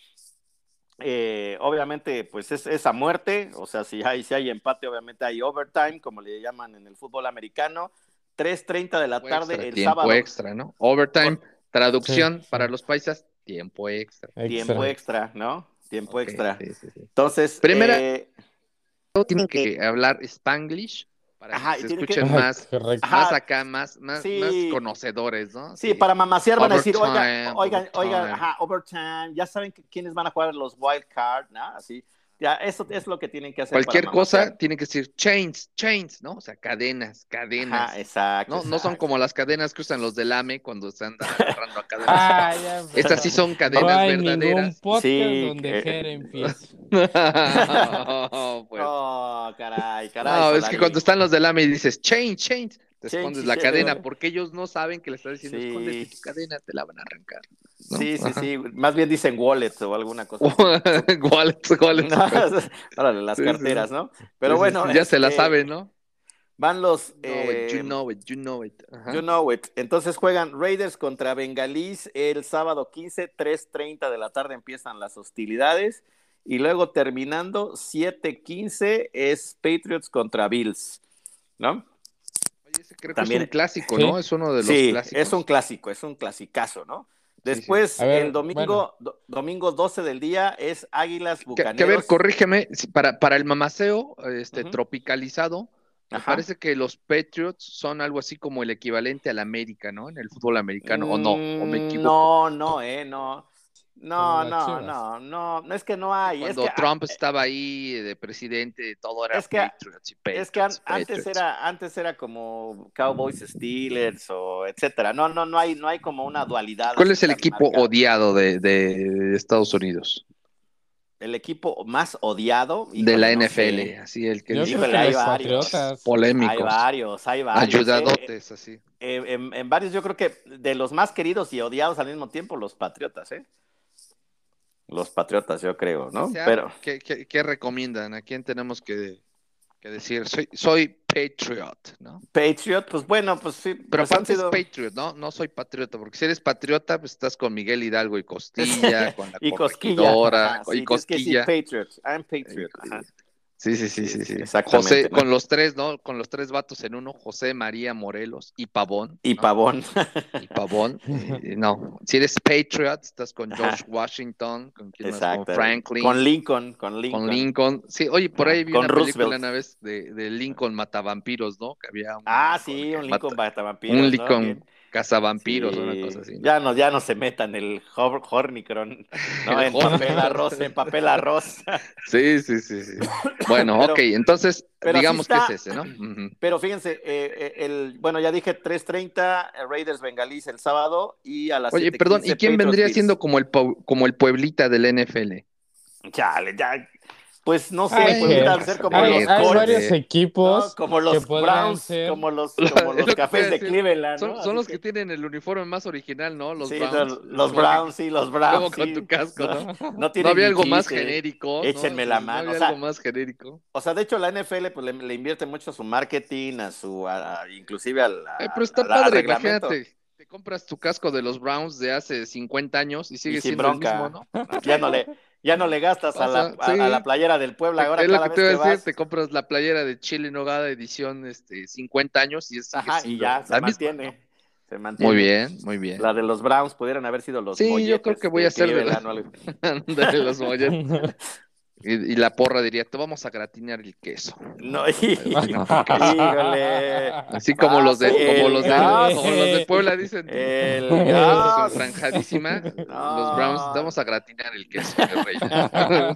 Eh, obviamente, pues es, es a muerte, o sea, si hay, si hay empate, obviamente hay overtime, como le llaman en el fútbol americano, tres treinta de la tarde extra, el tiempo sábado. Tiempo extra, ¿no? Overtime, Con... traducción sí, para sí. los paisas, tiempo extra. Tiempo extra, extra ¿no? Tiempo okay, extra. Sí, sí, sí. Entonces, primera, eh... tienen que hablar Spanglish para Ajá, que se escuchen que... más, Ajá. más acá, más, más, sí. más conocedores, ¿no? Sí, sí, para mamasear van a decir, oigan, oigan, oigan, ajá, overtime, ya saben quiénes van a jugar los wild card, ¿no? Así, ya, eso es lo que tienen que hacer. Cualquier para cosa tiene que decir chains, chains, ¿no? O sea, cadenas, cadenas. Ajá, exacto. No, exacto. no son como las cadenas que usan los del A M E cuando se andan agarrando a cadenas. Ah, ya, Estas sí son cadenas no hay verdaderas. Ningún podcast sí, donde eh... Jere empieza. oh, pues. oh, caray, caray. No, Solari. Es que cuando están los del A M E y dices chain, chain, te escondes la cadena, sí, porque ellos no saben que le estás diciendo, sí. escóndete tu cadena, te la van a arrancar, ¿no? Sí, sí, sí, más bien dicen wallets o alguna cosa. wallets, wallets. Órale, las sí, carteras, sí. ¿no? Pero sí, bueno. Sí, sí. Ya este, se la saben, ¿no? Van los... You know eh, it, you know it, you know it. Ajá. You know it. Entonces juegan Raiders contra Bengalís el sábado quince, tres treinta de la tarde empiezan las hostilidades, y luego terminando siete quince es Patriots contra Bills, ¿no? Ese creo También, que es un clásico, ¿no? Sí, es uno de los sí, clásicos. es un clásico, es un clasicazo, ¿no? Después, sí, sí. Ver, el domingo, bueno. do, domingo doce del día es Águilas Bucaneros. Que, que a ver, corrígeme, para, para el mamaseo este, uh-huh. tropicalizado, me Ajá. parece que los Patriots son algo así como el equivalente al América, ¿no? En el fútbol americano, mm, ¿o no? ¿O me equivoco? No, no, eh, no. No, no, no, no, no es que no hay. Cuando es que, Trump estaba ahí de presidente, todo era es que, Patriots y Patriots. Es que an, Patriots. antes era, antes era como Cowboys, Steelers o etcétera. No, no, no hay, no hay como una dualidad. ¿Cuál es el equipo marcado. odiado de, de Estados Unidos? El equipo más odiado de la no N F L, sé. Así el que Yo dice, creo que hay varios polémicos, hay varios, hay varios, ayudadotes, eh, así. Eh, en, en varios, yo creo que de los más queridos y odiados al mismo tiempo, los Patriotas, ¿eh? Los Patriotas, yo creo, ¿no? O sea, Pero ¿qué, qué, qué recomiendan? ¿A quién tenemos que, que decir? Soy, soy Patriot, ¿no? Patriot, pues bueno, pues sí. Pero pues aparte sido... es Patriot, ¿no? No soy patriota, porque si eres patriota, pues estás con Miguel Hidalgo y Costilla, con la y corregidora, Cosquilla, y sí, Cosquilla. Que Patriot, I'm Patriot. Ajá. Sí, sí, sí, sí, sí. Exactamente. José, ¿no? Con los tres, ¿no? Con los tres vatos en uno, José María Morelos y Pavón. Y ¿no? Pavón. Y Pavón. Y, no, si eres Patriot, estás con George Washington, con, quién más? Con Franklin. Con Lincoln, con Lincoln. Con Lincoln. Sí, oye, por ahí vi con una Roosevelt. película una vez de, de Lincoln Matavampiros, ¿no? Que había un ah, Lincoln sí, un Lincoln mata, Matavampiros. Un Lincoln. ¿no? Cazavampiros, sí. una cosa así. ¿no? Ya no, ya no se metan el Hornicron, ¿no? En papel arroz, en papel arroz. Sí, sí, sí, sí. Bueno, pero, ok, entonces digamos que es ese, ¿no? Uh-huh. Pero fíjense, eh, el, bueno, ya dije tres treinta, Raiders Bengalís el sábado y a las Oye, perdón, ¿y quién Patriots vendría Bills? siendo como el, como el Pueblita del N F L? Chale, ya... Pues no sé, Ay, pueden ser como hay, los hay Colts, varios equipos, ¿no? Como los Browns, ser... como los, como los Cafés de Cleveland, ¿no? Son, son los que... que tienen el uniforme más original, ¿no? Los sí, Browns. Los, los Browns, sí, los Browns. Luego con sí. tu casco, ¿no? No, no, no, no había algo chiste. más genérico. Échenme ¿no? la mano. No había o sea, algo más genérico. O sea, de hecho, la N F L pues, le, le invierte mucho a su marketing, a su, a, a, inclusive a la. Eh, pero está a, padre, imagínate. Te compras tu casco de los Browns de hace cincuenta años y sigue y siendo bronca. el mismo, ¿no? Ya no le. Ya no le gastas Pasa, a, la, a, sí. a la playera del Puebla. Ahora es lo cada que te vez voy a que decir, vas... te compras la playera de Chile Nogada edición este, cincuenta años y es Ajá, y ya se mantiene, misma, ¿no? se mantiene. Muy bien, muy bien. La de los Browns pudieran haber sido los sí, molletes. Sí, yo creo que voy a hacer de, la... de los molletes. Y, y la porra diría, te vamos a gratinar el queso. No, híjole. híjole. Así como los de, como El los de, gas. como los de Puebla dicen, El con gas. franjadísima, los Browns, te No. vamos a gratinar el queso, mi reina.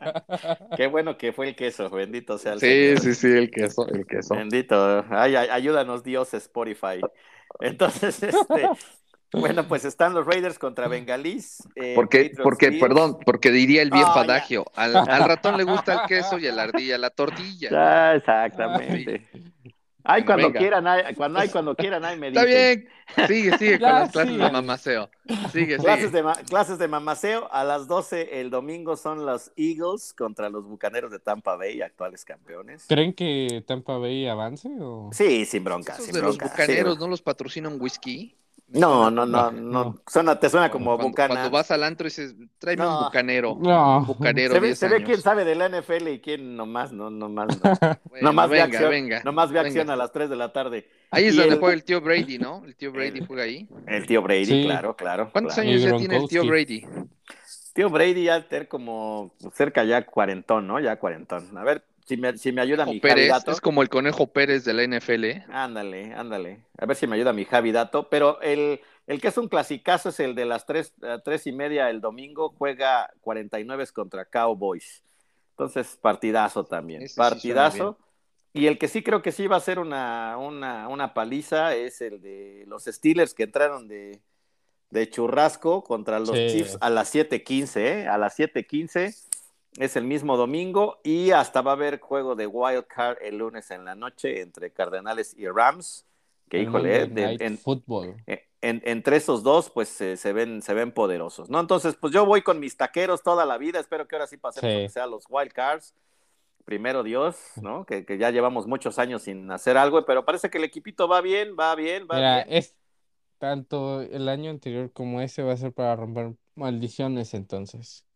Qué bueno que fue el queso, bendito sea el Sí, Señor. sí, sí, el queso, el queso. Bendito. Ay, ay, ayúdanos, Dios, Spotify. Entonces, este, bueno, pues están los Raiders contra Bengalís, eh, Porque, Patriots porque, Bills. perdón, porque diría el viejo Ah, ya. adagio, al, al ratón le gusta el queso y a la ardilla la tortilla. Ah, Sí. exactamente. Ay, Bueno, cuando venga. quieran, ay, cuando hay, cuando quieran, ahí me Está dicen. bien, sigue, sigue con Ya, las clases de síganle. mamaseo. Sigue, Clases sigue. de, ma- clases de mamaseo. A las doce el domingo son los Eagles contra los Bucaneros de Tampa Bay, actuales campeones. ¿Creen que Tampa Bay avance o...? Sí, sin bronca, Esos sin de los bronca. Sí. bucaneros no los patrocina un whisky. Me No, suena no, como no, No. no. Suena, te suena como cuando, cuando Bucana. vas al antro y dices, tráeme un No. bucanero, un No. bucanero, Se ve, diez se ve quién años. sabe de la N F L y quién nomás, no, nomás, no. Bueno, Nomás ve venga, acción, venga, nomás ve acción venga. a las tres de la tarde. Ahí es Y donde el, juega el tío Brady, ¿no? El tío Brady el, juega ahí. el tío Brady, Sí. claro, claro. ¿Cuántos claro. años Y ya tiene el tío Gronkowski. Brady? Tío Brady ya tener como cerca ya cuarentón, ¿no? Ya cuarentón. A ver si me, si me ayuda Conejo mi Javi Pérez, Dato. es como el Conejo Pérez de la N F L. Ándale, ándale. A ver si me ayuda mi Javi Dato. Pero el, el que es un clasicazo es el de las tres, uh, tres y media el domingo. Juega cuarenta y nueve contra Cowboys. Entonces, partidazo también. Ese sí partidazo. Y el que sí creo que sí va a ser una, una, una paliza es el de los Steelers que entraron de, de churrasco contra los Sí. Chiefs a las siete quince, ¿eh? A las siete quince. Es el mismo domingo y hasta va a haber juego de Wild Card el lunes en la noche entre Cardenales y Rams. Que El híjole, Monday eh, de- Night en, Football. en- entre esos dos, pues eh, se ven, se ven poderosos, ¿no? Entonces, pues yo voy con mis taqueros toda la vida. Espero que ahora sí pasemos Sí. aunque sea los Wild Cards. Primero Dios, ¿no? Que, que ya llevamos muchos años sin hacer algo, pero parece que el equipito va bien, va bien, va Mira, bien. es tanto el año anterior como ese va a ser para romper maldiciones entonces.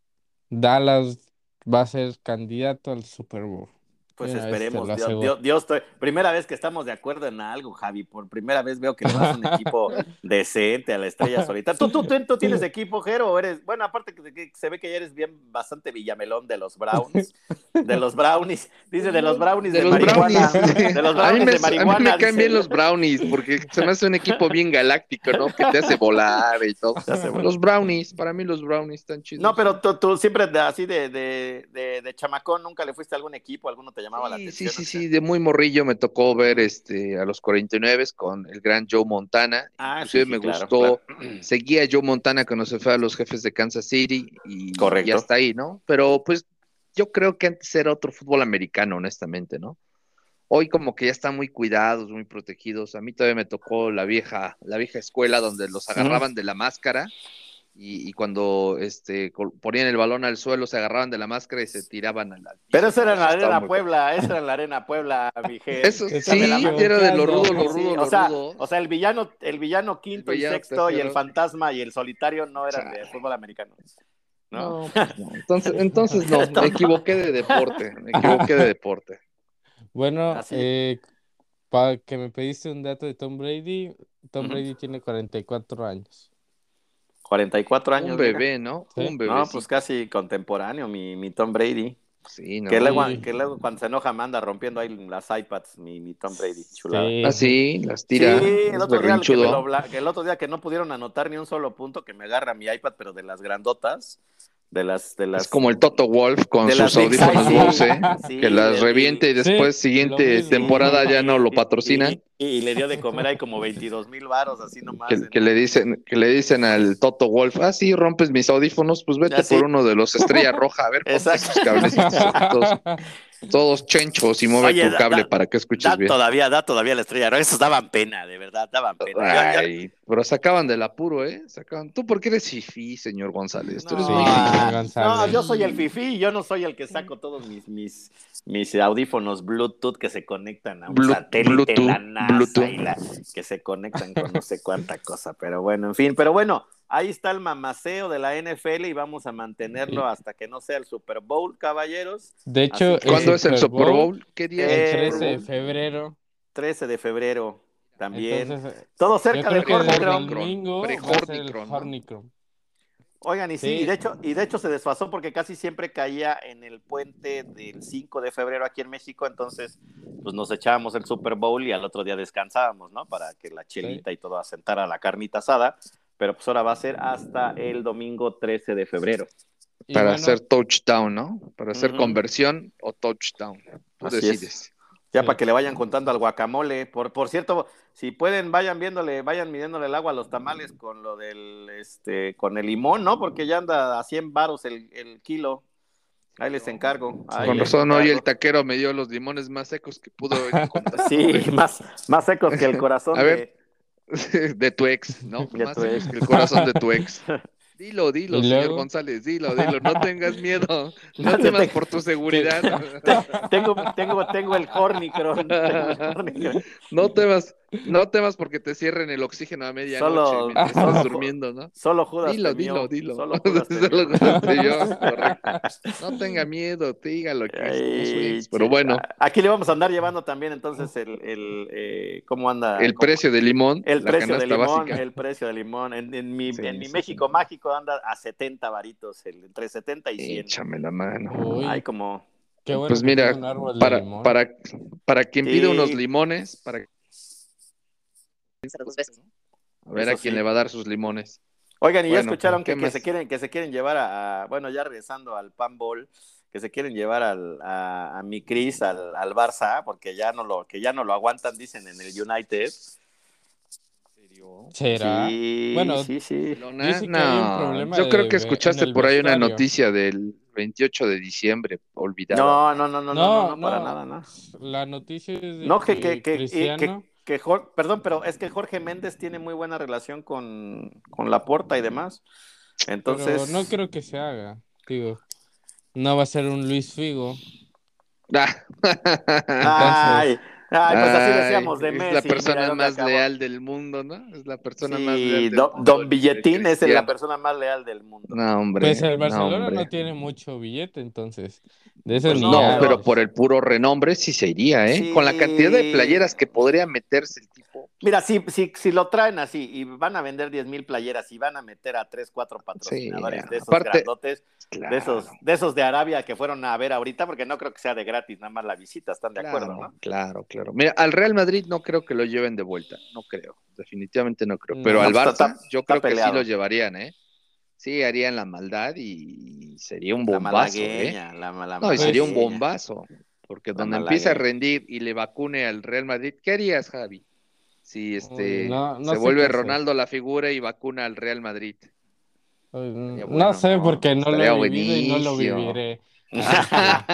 Dallas va a ser candidato al Super Bowl. Pues De una vez te esperemos, lo Dios, aseguro. Dios, Dios, estoy- primera vez que estamos de acuerdo en algo, Javi. Por primera vez veo que le vas a un equipo decente a la estrella solita. ¿Tú, tú, tú, tú tienes equipo, Jero? ¿O eres, bueno, aparte que, que se ve que ya eres bien bastante villamelón de los Browns, de los Brownies, dice de los Brownies de, De los marihuana, brownies. de los A mí Brownies me, de a mí marihuana. me caen dice. bien los brownies porque se me hace un equipo bien galáctico, ¿no? Que te hace volar y todo. Te hace volar. Los brownies, para mí los brownies están chidos. No, pero tú, tú siempre de- así de, de, de, de chamacón, ¿nunca le fuiste a algún equipo? ¿Alguno te llamaba la Sí, atención? sí, sí, sí, de muy morrillo me tocó ver este a los cuarenta y nueve con el gran Joe Montana. Ah, Inclusive sí, sí, me claro, gustó, claro. seguía a Joe Montana cuando se fue a los Jefes de Kansas City y, Correcto. y hasta ahí, ¿no? Pero pues yo creo que antes era otro fútbol americano, honestamente, ¿no? Hoy como que ya están muy cuidados, muy protegidos. A mí todavía me tocó la vieja, la vieja escuela donde los agarraban de la máscara y, y cuando este col- ponían el balón al suelo se agarraban de la máscara y se tiraban al al piso, Pero eso ¿no? era en la estaba Arena muy Puebla, eso era en la Arena Puebla, mi gente. Eso Te sí, estás era de lo rudo, equivocando. lo Sí, rudo, o lo sea, rudo. o sea, el villano, el villano quinto El y villano sexto y el tercero. fantasma y el solitario no eran de Chale. fútbol americano, ¿no? No, pues no. Entonces, entonces no, me equivoqué de deporte, me equivoqué de deporte. Bueno, Así. eh, para que me pediste un dato de Tom Brady, Tom Ujú. Brady tiene cuarenta y cuatro años. cuarenta y cuatro años. Un mira. bebé, ¿no? Sí. Un bebé. No, pues casi contemporáneo, mi, mi Tom Brady. Sí, ¿no? Que luego, Sí. que luego cuando se enoja me anda rompiendo ahí las iPads, mi, mi Tom Brady, chulada. Sí. Ah, sí, las Sí, tira. el Es otro, día que, me lo berrinchudo. bla- que el otro día que no pudieron anotar ni un solo punto, que me agarra mi iPad, pero de las grandotas, de las, de las, Es como el Toto Wolf con de sus las Big audífonos Size, sí. Bose, Sí, que las le- reviente y y- después Sí, siguiente lo mismo. temporada ya no lo y- patrocinan. Y, y- y le dio de comer ahí como veintidós mil varos, así nomás. Que, en- que le dicen, que le dicen al Toto Wolf, ah, sí, rompes mis audífonos, pues vete Ya, sí. por uno de los Estrella Roja, a ver, ponte Exacto. tus cablecitos todos, todos chenchos y mueve Oye, tu da- cable da- para que escuches Da bien. todavía, da todavía la estrella, ¿no? Esos daban pena, de verdad, daban pena. Yo- yo- Ay, pero sacaban del apuro, ¿eh? Sacaban. ¿Tú por qué eres fifí, señor González? Tú eres No, muy Sí, fifí. no, González. yo soy el fifí, yo no soy el que saco todos mis, mis, mis audífonos Bluetooth que se conectan a un Blu- satélite en la Bluetooth, NASA Bluetooth. y la, que se conectan con no sé cuánta cosa, pero bueno, en fin, pero bueno, ahí está el mamaceo de la N F L y vamos a mantenerlo Sí. hasta que no sea el Super Bowl, caballeros. De hecho, Así que- ¿Cuándo es el Super Bowl? ¿Qué día El es el Eh, Super trece de Bowl? febrero. trece de febrero también. Entonces, Todo yo cerca creo del que desde el Hornicron. domingo va a ser el Pre-Hornicron, ¿no? Hornicron. Oigan, y sí, Sí. y de hecho, y de hecho se desfasó porque casi siempre caía en el puente del cinco de febrero aquí en México, entonces pues nos echábamos el Super Bowl y al otro día descansábamos, ¿no? Para que la chelita y todo asentara la carnita asada, pero pues ahora va a ser hasta el domingo trece de febrero. Y Para bueno, hacer touchdown, ¿no? Para hacer Ujú. conversión o touchdown. Tú Así decides. es. Ya Sí. para que le vayan contando al guacamole. Por, por cierto, si pueden, vayan viéndole, vayan midiéndole el agua a los tamales con lo del, este, con el limón, ¿no? Porque ya anda a cien varos el, el kilo. Ahí les encargo. Ahí Con les razón, hoy el encargo. taquero me dio los limones más secos que pudo haber encontrado. Sí, más, más secos que el corazón A ver, de, de tu ex, ¿no? de Más tu secos ex. que el corazón de tu ex. Dilo, dilo, ¿Y señor luego? González, dilo, dilo. No tengas miedo. No No te temas te- por tu seguridad. Tengo, tengo, tengo el Hornicron. Tengo el Hornicron. No temas, no temas porque te cierren el oxígeno a medianoche Solo, mientras estás solo, durmiendo, ¿no? solo Judas Dilo, temió. dilo, dilo. Solo Judas temió. Solo Judas temió, correcto. No tenga miedo, diga lo que es como su Ay, ex. Pero che, bueno, aquí le vamos a andar llevando también entonces el, el eh, cómo anda el cómo- precio del limón, el la precio de canasta limón, básica. el precio de limón. En, en mi, Sí, en mi sí, México sí. mágico anda a setenta varitos, el, entre setenta y cien. Échame la mano. Uy, Ay, como qué bueno Pues que mira, tengo un árbol de para, limón. para, para quien pide unos sí, limones, para a ver eso a quién sí. le va a dar sus limones. Oigan, y ya Bueno, escucharon ¿qué que, que más? se quieren, que se quieren llevar a, a- bueno, ya regresando al Pan Bowl, que se quieren llevar al, a, a mi Cris, al, al Barça, porque ya no lo, que ya no lo aguantan, dicen en el United. ¿Será? Sí, Bueno, sí, sí. Barcelona, dice que hay un no, problema yo creo de que ve- en escuchaste el por ahí una vestuario. noticia del veintiocho de diciembre, olvidada. No, no, no, no, no, no, No, no, para no. nada, no. La noticia es de No, que, que, que que, y- Cristiano, que, que Jor- perdón, pero es que Jorge Méndez tiene muy buena relación con, con Laporta y demás. Entonces, pero no creo que se haga. Digo, no va a ser un Luis Figo. ay, ay, pues así Ay, decíamos de es Messi, la mira persona dónde más acabó. leal del mundo, ¿no? Es la persona más Sí, leal del Don, mundo. Don el- Billetín el es la Cristiano. persona más leal del mundo. No, hombre. Pues el no, Barcelona hombre. no tiene mucho billete, entonces. De eso Pues ni no, No, pero hables. por el puro renombre sí se iría, ¿eh? Con la cantidad de Sí. playeras que podría meterse el tipo. Mira, si, si, si lo traen así y van a vender diez mil playeras y van a meter a tres, cuatro patrocinadores Sí, de esos aparte- grandotes, Claro, de esos, de esos de Arabia que fueron a ver ahorita, porque no creo que sea de gratis, nada más la visita, ¿están de claro, acuerdo, no? claro, claro. Mira, al Real Madrid no creo que lo lleven de vuelta, no creo, definitivamente no creo. Pero No, al pues, Barça está- yo está creo que sí peleado. lo llevarían, ¿eh? Sí, harían la maldad y sería un La bombazo, ¿eh? malagueña, la, la No, y sería un malagueña. bombazo, porque La donde empiece a malagueña. rendir y le vacune al Real Madrid, ¿qué harías, Javi? Si este Uy, no- no se sé vuelve qué hacer. Ronaldo la figura y vacuna al Real Madrid. Uy, Estaría no bueno, sé ¿no? porque no lo Estaría he vivido y no lo buenísimo. viviré. Así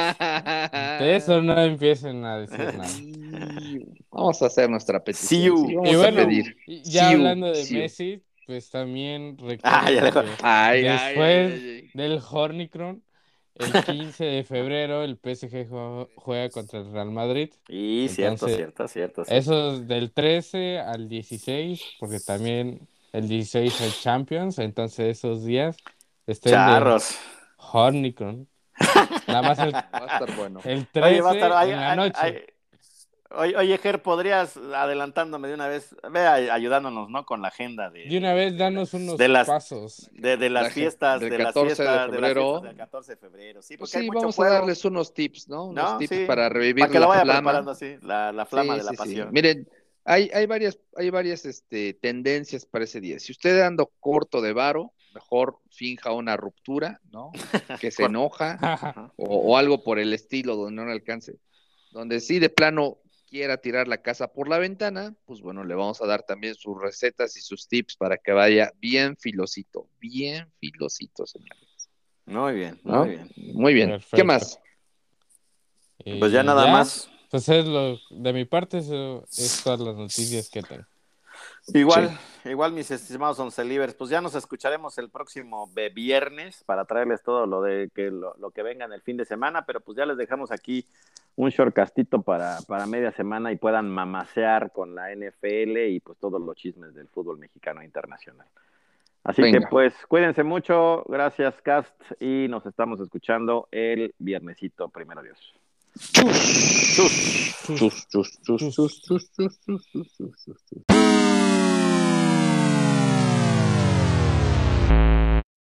que de eso no empiecen a decir nada. Sí, vamos a hacer nuestra petición. Siu. Sí, vamos Y a bueno, pedir. y ya Siu, hablando de siu. Messi, pues también Ah, ya recuerden dejó. que Ay, ay, después ay, ay, ay. del Hornicron, el quince de febrero el P S G jue- juega contra el Real Madrid. Y cierto, Entonces, cierto, cierto, cierto. Eso es del trece al dieciséis, porque también el dieciséis es Champions, entonces esos días estén de Charros. Hornicron. Nada más el, Va a estar bueno. el Oye, va a estar. trece ay, en la ay, noche. ay. Oye, oye, Ger, ¿podrías, adelantándome de una vez, ve a- ayudándonos, ¿no? Con la agenda de, De una vez, danos unos de las- pasos. de, de las La- fiestas, del de las catorce de fiestas, de las febrero. fiestas del catorce de febrero. Sí, Pues porque hay sí, mucho vamos juego, a darles unos tips, ¿no? Unos ¿no? tips Sí, para revivir para que lo la vaya flama. preparando así, la, la flama Sí, de la sí, sí. pasión. Miren, hay, hay varias, hay varias este, tendencias para ese día. Si usted ando corto de varo, mejor finja una ruptura, ¿no? Que se Cor- enoja Ajá. o, o algo por el estilo donde no le alcance. Donde sí de plano quiera tirar la casa por la ventana, pues bueno, le vamos a dar también sus recetas y sus tips para que vaya bien filosito, bien filosito, señores. Muy bien, ¿No? muy bien. Muy bien. Perfecto. ¿Qué más? Y Pues ya nada más. Pues es lo, de mi parte, eso es todas las noticias que tengo. Igual, igual mis estimados once libres, pues ya nos escucharemos el próximo ve- viernes para traerles todo lo de que lo, lo que venga en el fin de semana, pero pues ya les dejamos aquí un shortcastito para, para media semana y puedan mamasear con la N F L y pues todos los chismes del fútbol mexicano e internacional. Así Venga. que pues cuídense mucho, gracias Cast y nos estamos escuchando el viernesito, primero Dios. Chus, chus, chus, chus, chus, chus, chus, chus, chus, chus, chus, chus.